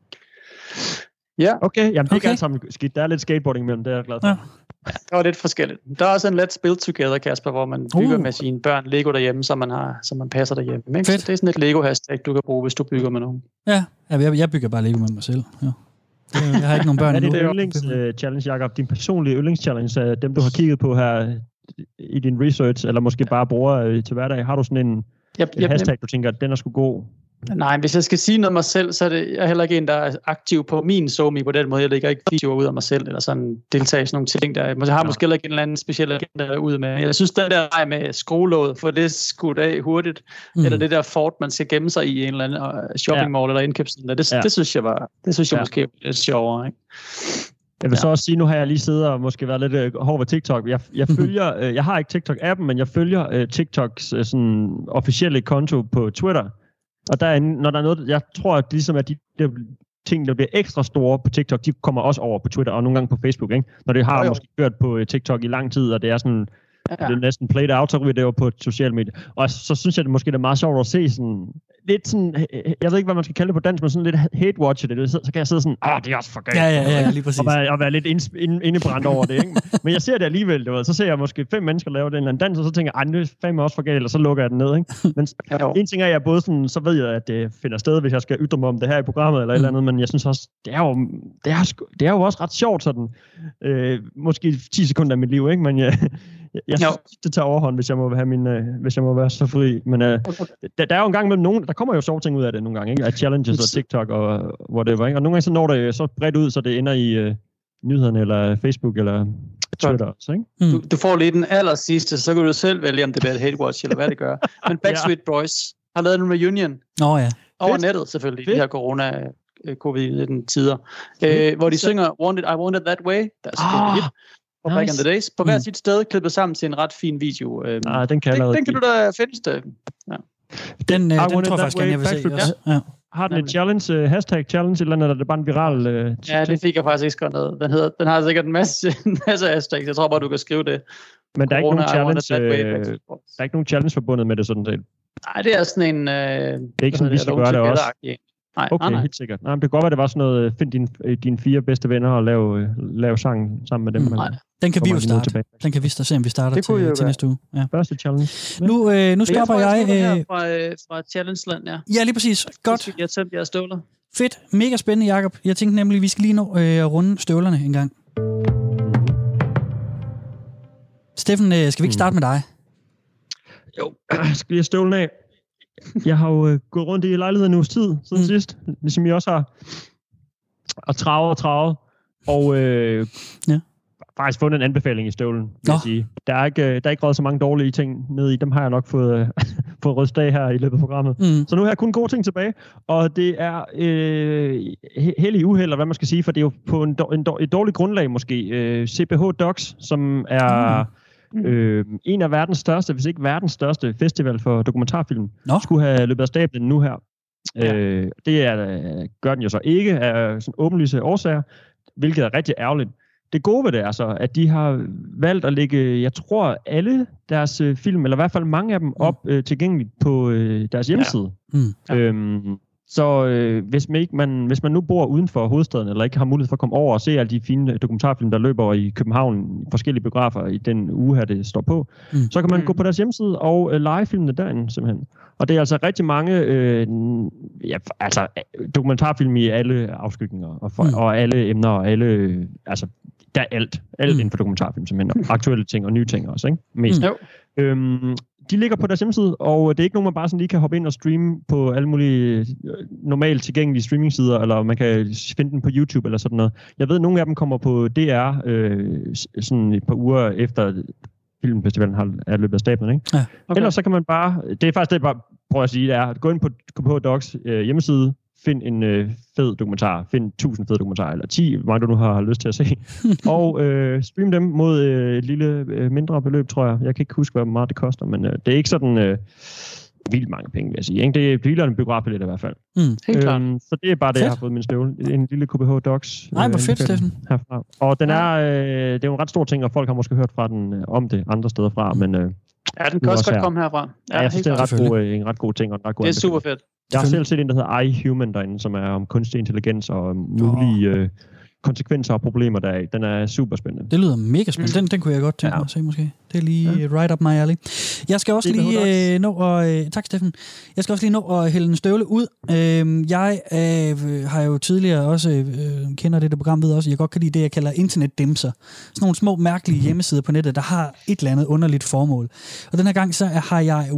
Ja. Okay, jamen det er ikke alt sammen skidt. Der er lidt skateboarding mellem, det er jeg glad for. Ja, det var lidt forskelligt. Der er også en Let's Build Together, Kasper, hvor man bygger med sine børn Lego derhjemme, som man passer derhjemme. Ikke? Det er sådan et Lego-hashtag, du kan bruge, hvis du bygger med nogen. Ja, jeg bygger bare Lego med mig selv. Ja. Jeg har ikke nogen børn endnu. Er det yndlings-challenge, Jacob? Din personlige yndlings-challenge, dem du har kigget på her i din research, eller måske bare bruger til hverdag? Har du sådan en hashtag, du tænker, den er sgu god? Nej, hvis jeg skal sige noget om mig selv, så er det jeg er heller ikke en, der er aktiv på min SoMe på den måde. Jeg lægger ikke videoer ud af mig selv, eller sådan deltager i sådan nogle ting, der jeg har måske heller ikke en eller anden speciel agenda ud med. Jeg synes, den der med skruelåget, for det skudt af hurtigt, eller det der fort, man skal gemme sig i en eller anden shopping mall eller indkøbscenter, det synes jeg måske er lidt sjovere, ikke? Jeg vil så også sige, nu har jeg lige siddet og måske været lidt hård ved TikTok. Jeg følger, jeg har ikke TikTok-appen, men jeg følger TikToks sådan officielle konto på Twitter. Og når der er noget, jeg tror, at ligesom at de ting, der bliver ekstra store på TikTok, de kommer også over på Twitter og nogle gange på Facebook, ikke? Når det har måske kørt på TikTok i lang tid, og det er sådan, det er næsten played out, så ryger det over på sociale medier. Og så synes jeg, det måske er meget sjovt at se sådan, lidt sådan, jeg ved ikke, hvad man skal kalde det på dansk, men sådan lidt hate-watch det. Så kan jeg sidde sådan, det er også for galt. Ja, lige præcis. Og være lidt indebrændt over det, ikke? Men jeg ser det alligevel, du ved. Så ser jeg måske 5 mennesker lave den eller anden dans, og så tænker jeg, det er fandme også for galt, og så lukker jeg den ned, ikke? Men en ting er, jeg både sådan, så ved jeg, at det finder sted, hvis jeg skal ytre mig om det her i programmet, eller et eller andet, men jeg synes også, det er jo også ret sjovt sådan, måske 10 sekunder af mit liv, ikke? Men jeg synes, det tager overhånd, hvis jeg må være så fri. Men der er jo en gang mellem nogen, der kommer jo sjove ting ud af det nogle gange, ikke? Af challenges og TikTok og whatever, ikke? Og nogle gange så når det så bredt ud, så det ender i nyhederne eller Facebook eller Twitter også, ikke? Du får lige den aller sidste, så kan du selv vælge, om det bliver et hate watch eller hvad det gør. Men Backstreet Boys har lavet en reunion. Over nettet selvfølgelig, i de her corona-covid-19 tider, hvor de synger I Want It That Way. Der er Fra Back in the Days. På hver sit sted, klippet sammen til en ret fin video. Den kan du da finde. Ja. Den tror jeg faktisk gerne, jeg vil se også. Ja. Har den et challenge, hashtag challenge, eller andet, er det bare en viral... ja, det fik jeg faktisk ikke skrevet noget. Den har sikkert en masse hashtags. Jeg tror bare, du kan skrive det. Men der er ikke nogen challenge forbundet med det sådan set? Nej, det er sådan en... det er ikke sådan, vi skal gøre det også? Nej. Helt sikkert. Nej, det kan godt være, det var sådan noget, find dine 4 bedste venner og lave sang sammen med dem. Nej, den kan vi jo starte. Den kan vi se, om vi starter til næste uge. Ja. Første challenge. Nu stopper jeg... Fra Challenge-land, ja. Ja, lige præcis. Godt. Jeg tømte jeres støvler. Fedt. Mega spændende, Jacob. Jeg tænkte nemlig, at vi skal lige nå at runde støvlerne en gang. Steffen, skal vi ikke starte med dig? Jo, skal lige have støvlen af. Jeg har jo gået rundt i lejligheden en uges tid siden sidst, ligesom I også har. Og travet. Og faktisk fundet en anbefaling i støvlen, vil jeg sige. Der er ikke røget så mange dårlige ting ned i. Dem har jeg nok fået rystet af her i løbet af programmet. Så nu har jeg kun gode ting tilbage. Og det er heldig uheld, eller hvad man skal sige, for det er jo på et dårligt grundlag måske. CPH Docs, som er... en af verdens største, hvis ikke verdens største festival for dokumentarfilm, skulle have løbet af stablen nu her. Det gør den jo så ikke af sådan åbenlyse årsager, hvilket er rigtig ærgerligt. Det gode ved det er så, at de har valgt at lægge, jeg tror, alle deres film, eller i hvert fald mange af dem, op tilgængeligt på deres hjemmeside. Så hvis man nu bor uden for hovedstaden, eller ikke har mulighed for at komme over og se alle de fine dokumentarfilm, der løber i København, forskellige biografer i den uge her, det står på, så kan man gå på deres hjemmeside og lege filmene derinde, simpelthen. Og det er altså rigtig mange dokumentarfilm i alle afskygninger, og alle emner, og alle, altså, der er alt inden for dokumentarfilm, simpelthen, aktuelle ting og nye ting også, ikke? Mest. De ligger på deres hjemmeside, og det er ikke nogen, man bare sådan lige kan hoppe ind og streame på alle mulige normalt tilgængelige streamingsider, eller man kan finde den på YouTube eller sådan noget. Jeg ved, at nogle af dem kommer på DR sådan et par uger efter filmfestivalen er løbet af stablen, ikke? Ja, okay. Ellers så kan man bare, det er faktisk det, jeg bare prøver at sige, det er, gå ind på KPH Docs hjemmeside, find en fed dokumentar, find 1000 fede dokumentarer, eller 10, hvor mange du nu har lyst til at se, og stream dem mod et lille mindre beløb, tror jeg. Jeg kan ikke huske, hvor meget det koster, men det er ikke sådan vildt mange penge, vil jeg sige. Ikke? Det er billigere end biografbillet i hvert fald. Helt klart. Så det er bare det, jeg har fået min støvle. En lille KPH Docs. Nej, hvor fedt, Steffen. Herfra. Og den er, det er jo en ret stor ting, og folk har måske hørt fra den om det andre steder fra, men... ja, den kan også godt komme herfra. Ja, jeg synes, det er en ret god ting, og en ret god det er super fedt. Jeg har selv set en, der hedder iHuman derinde, som er om kunstig intelligens og mulige konsekvenser og problemer deraf. Den er super spændende. Det lyder mega spændende. Den kunne jeg godt tænke mig at se måske. Det er lige right up my alley. Jeg skal også lige nå at... tak, Steffen. Jeg skal også lige nå at hælde en støvle ud. Jeg har jo tidligere også... kender det program, ved også, jeg godt kan lide det, jeg kalder internetdimser. Sådan nogle små, mærkelige hjemmesider på nettet, der har et eller andet underligt formål. Og den her gang så har jeg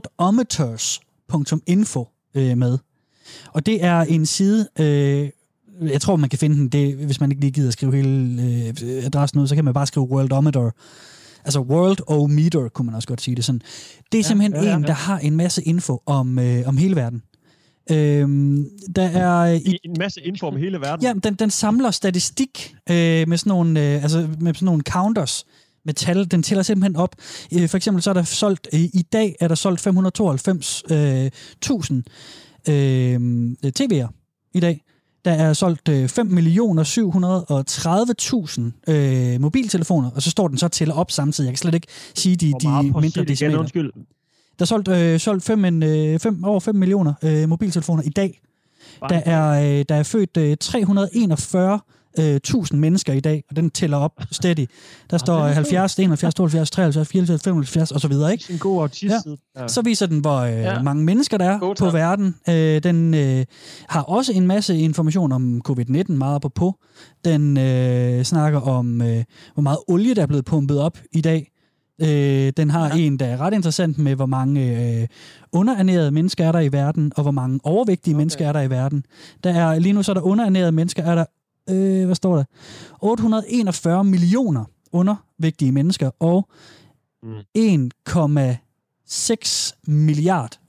worldometers.info med. Og det er en side... jeg tror, man kan finde den, hvis man ikke lige gider at skrive hele adressen ud, så kan man bare skrive Worldometer. Altså Worldometer, kunne man også godt sige det sådan. Det er simpelthen en, der har en masse info om hele verden. Der er en masse info om hele verden? Ja, den samler statistik med sådan nogle counters med tal. Den tæller simpelthen op. For eksempel så er der solgt, i dag er der solgt 592.000 TV'er i dag. Der er solgt 5.730.000 mobiltelefoner, og så står den så tæller op samtidig. Jeg kan slet ikke sige de mindre decimaler. Der er solgt over 5 millioner mobiltelefoner i dag. Der er født 341.000 mennesker i dag, og den tæller op steady. Der står 70, 71, 72, 73, 74, 75 og så videre, ikke? En god autist-side. Ja. Så viser den, hvor mange mennesker der er på verden. Den har også en masse information om covid-19, meget på. Den snakker om, hvor meget olie, der er blevet pumpet op i dag. Den har en, der er ret interessant med, hvor mange underernærede mennesker er der i verden, og hvor mange overvægtige mennesker er der i verden. Lige nu så er der underernærede mennesker, er der hvad står der? 841 millioner undervægtige mennesker og 1,6 milliard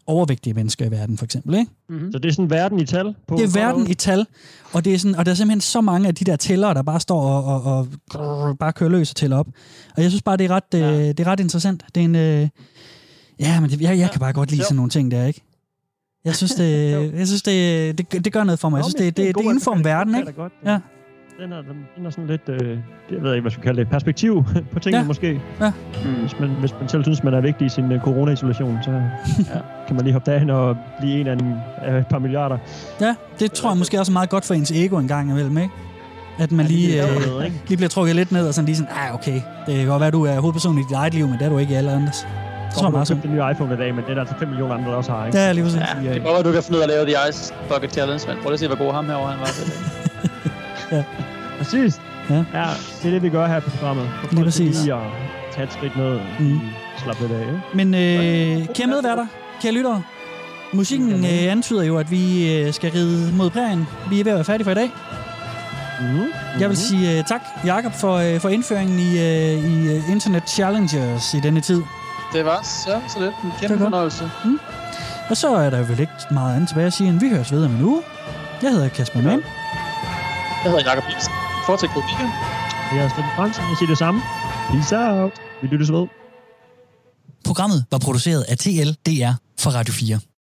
overvægtige mennesker i verden, for eksempel, ikke? Mm-hmm. Så det er sådan verden i tal? Det er verden i tal, og det er sådan, og der er simpelthen så mange af de der tællere, der bare står og bare kører løs og tæller op. Og jeg synes bare, det er ret interessant. Det er en... men jeg kan bare godt lide sådan nogle ting der, ikke? Jeg synes, det gør noget for mig. Jeg synes, det er inden for en verden, ikke? Ja. Den er sådan lidt, jeg ved ikke, hvad skal kalde det, perspektiv på tingene måske. Ja. Hvis man selv synes, man er vigtig i sin corona-isolation, så kan man lige hoppe derhen og blive en af et par milliarder. Ja, det tror jeg måske også er meget godt for ens ego en gang imellem, ikke? At man lige bliver trukket lidt ned og sådan lige sådan, okay, det kan godt være, du er hovedperson i dit eget liv, men det er du ikke i alle andres. Så har man købt en ny iPhone i dag, men det er der altså 5 millioner andre, der også har, ikke? Ja, lige præcis. Ja, det kan godt være, du kan finde ud af at lave The Ice Bucket Challenge, men prøv lige at se, hvor god ham herovre han var. Ja. Præcis. Ja, det er det, vi gør her på programmet. Lige præcis. Lige at tage et skridt ned og slappe lidt af, ikke? Men kære medværter, kære lyttere, musikken antyder jo, at vi skal ride mod prærien. Vi er ved at være færdige for i dag. Jeg vil sige tak, Jakob, for indføringen i Internet Challengers i denne tid. Det var så lidt en kæmpe fornøjelse. Og så er der vel ikke meget andet tilbage at sige, end vi høres ved om en uge. Jeg hedder Kasper Mann. Jeg hedder Jakob Bilsen. Fortsæt god weekend. Jeg hedder Steffen Fransen. Jeg siger det samme. Peace out. Vi lyttes ved. Programmet var produceret af TLDR for Radio 4.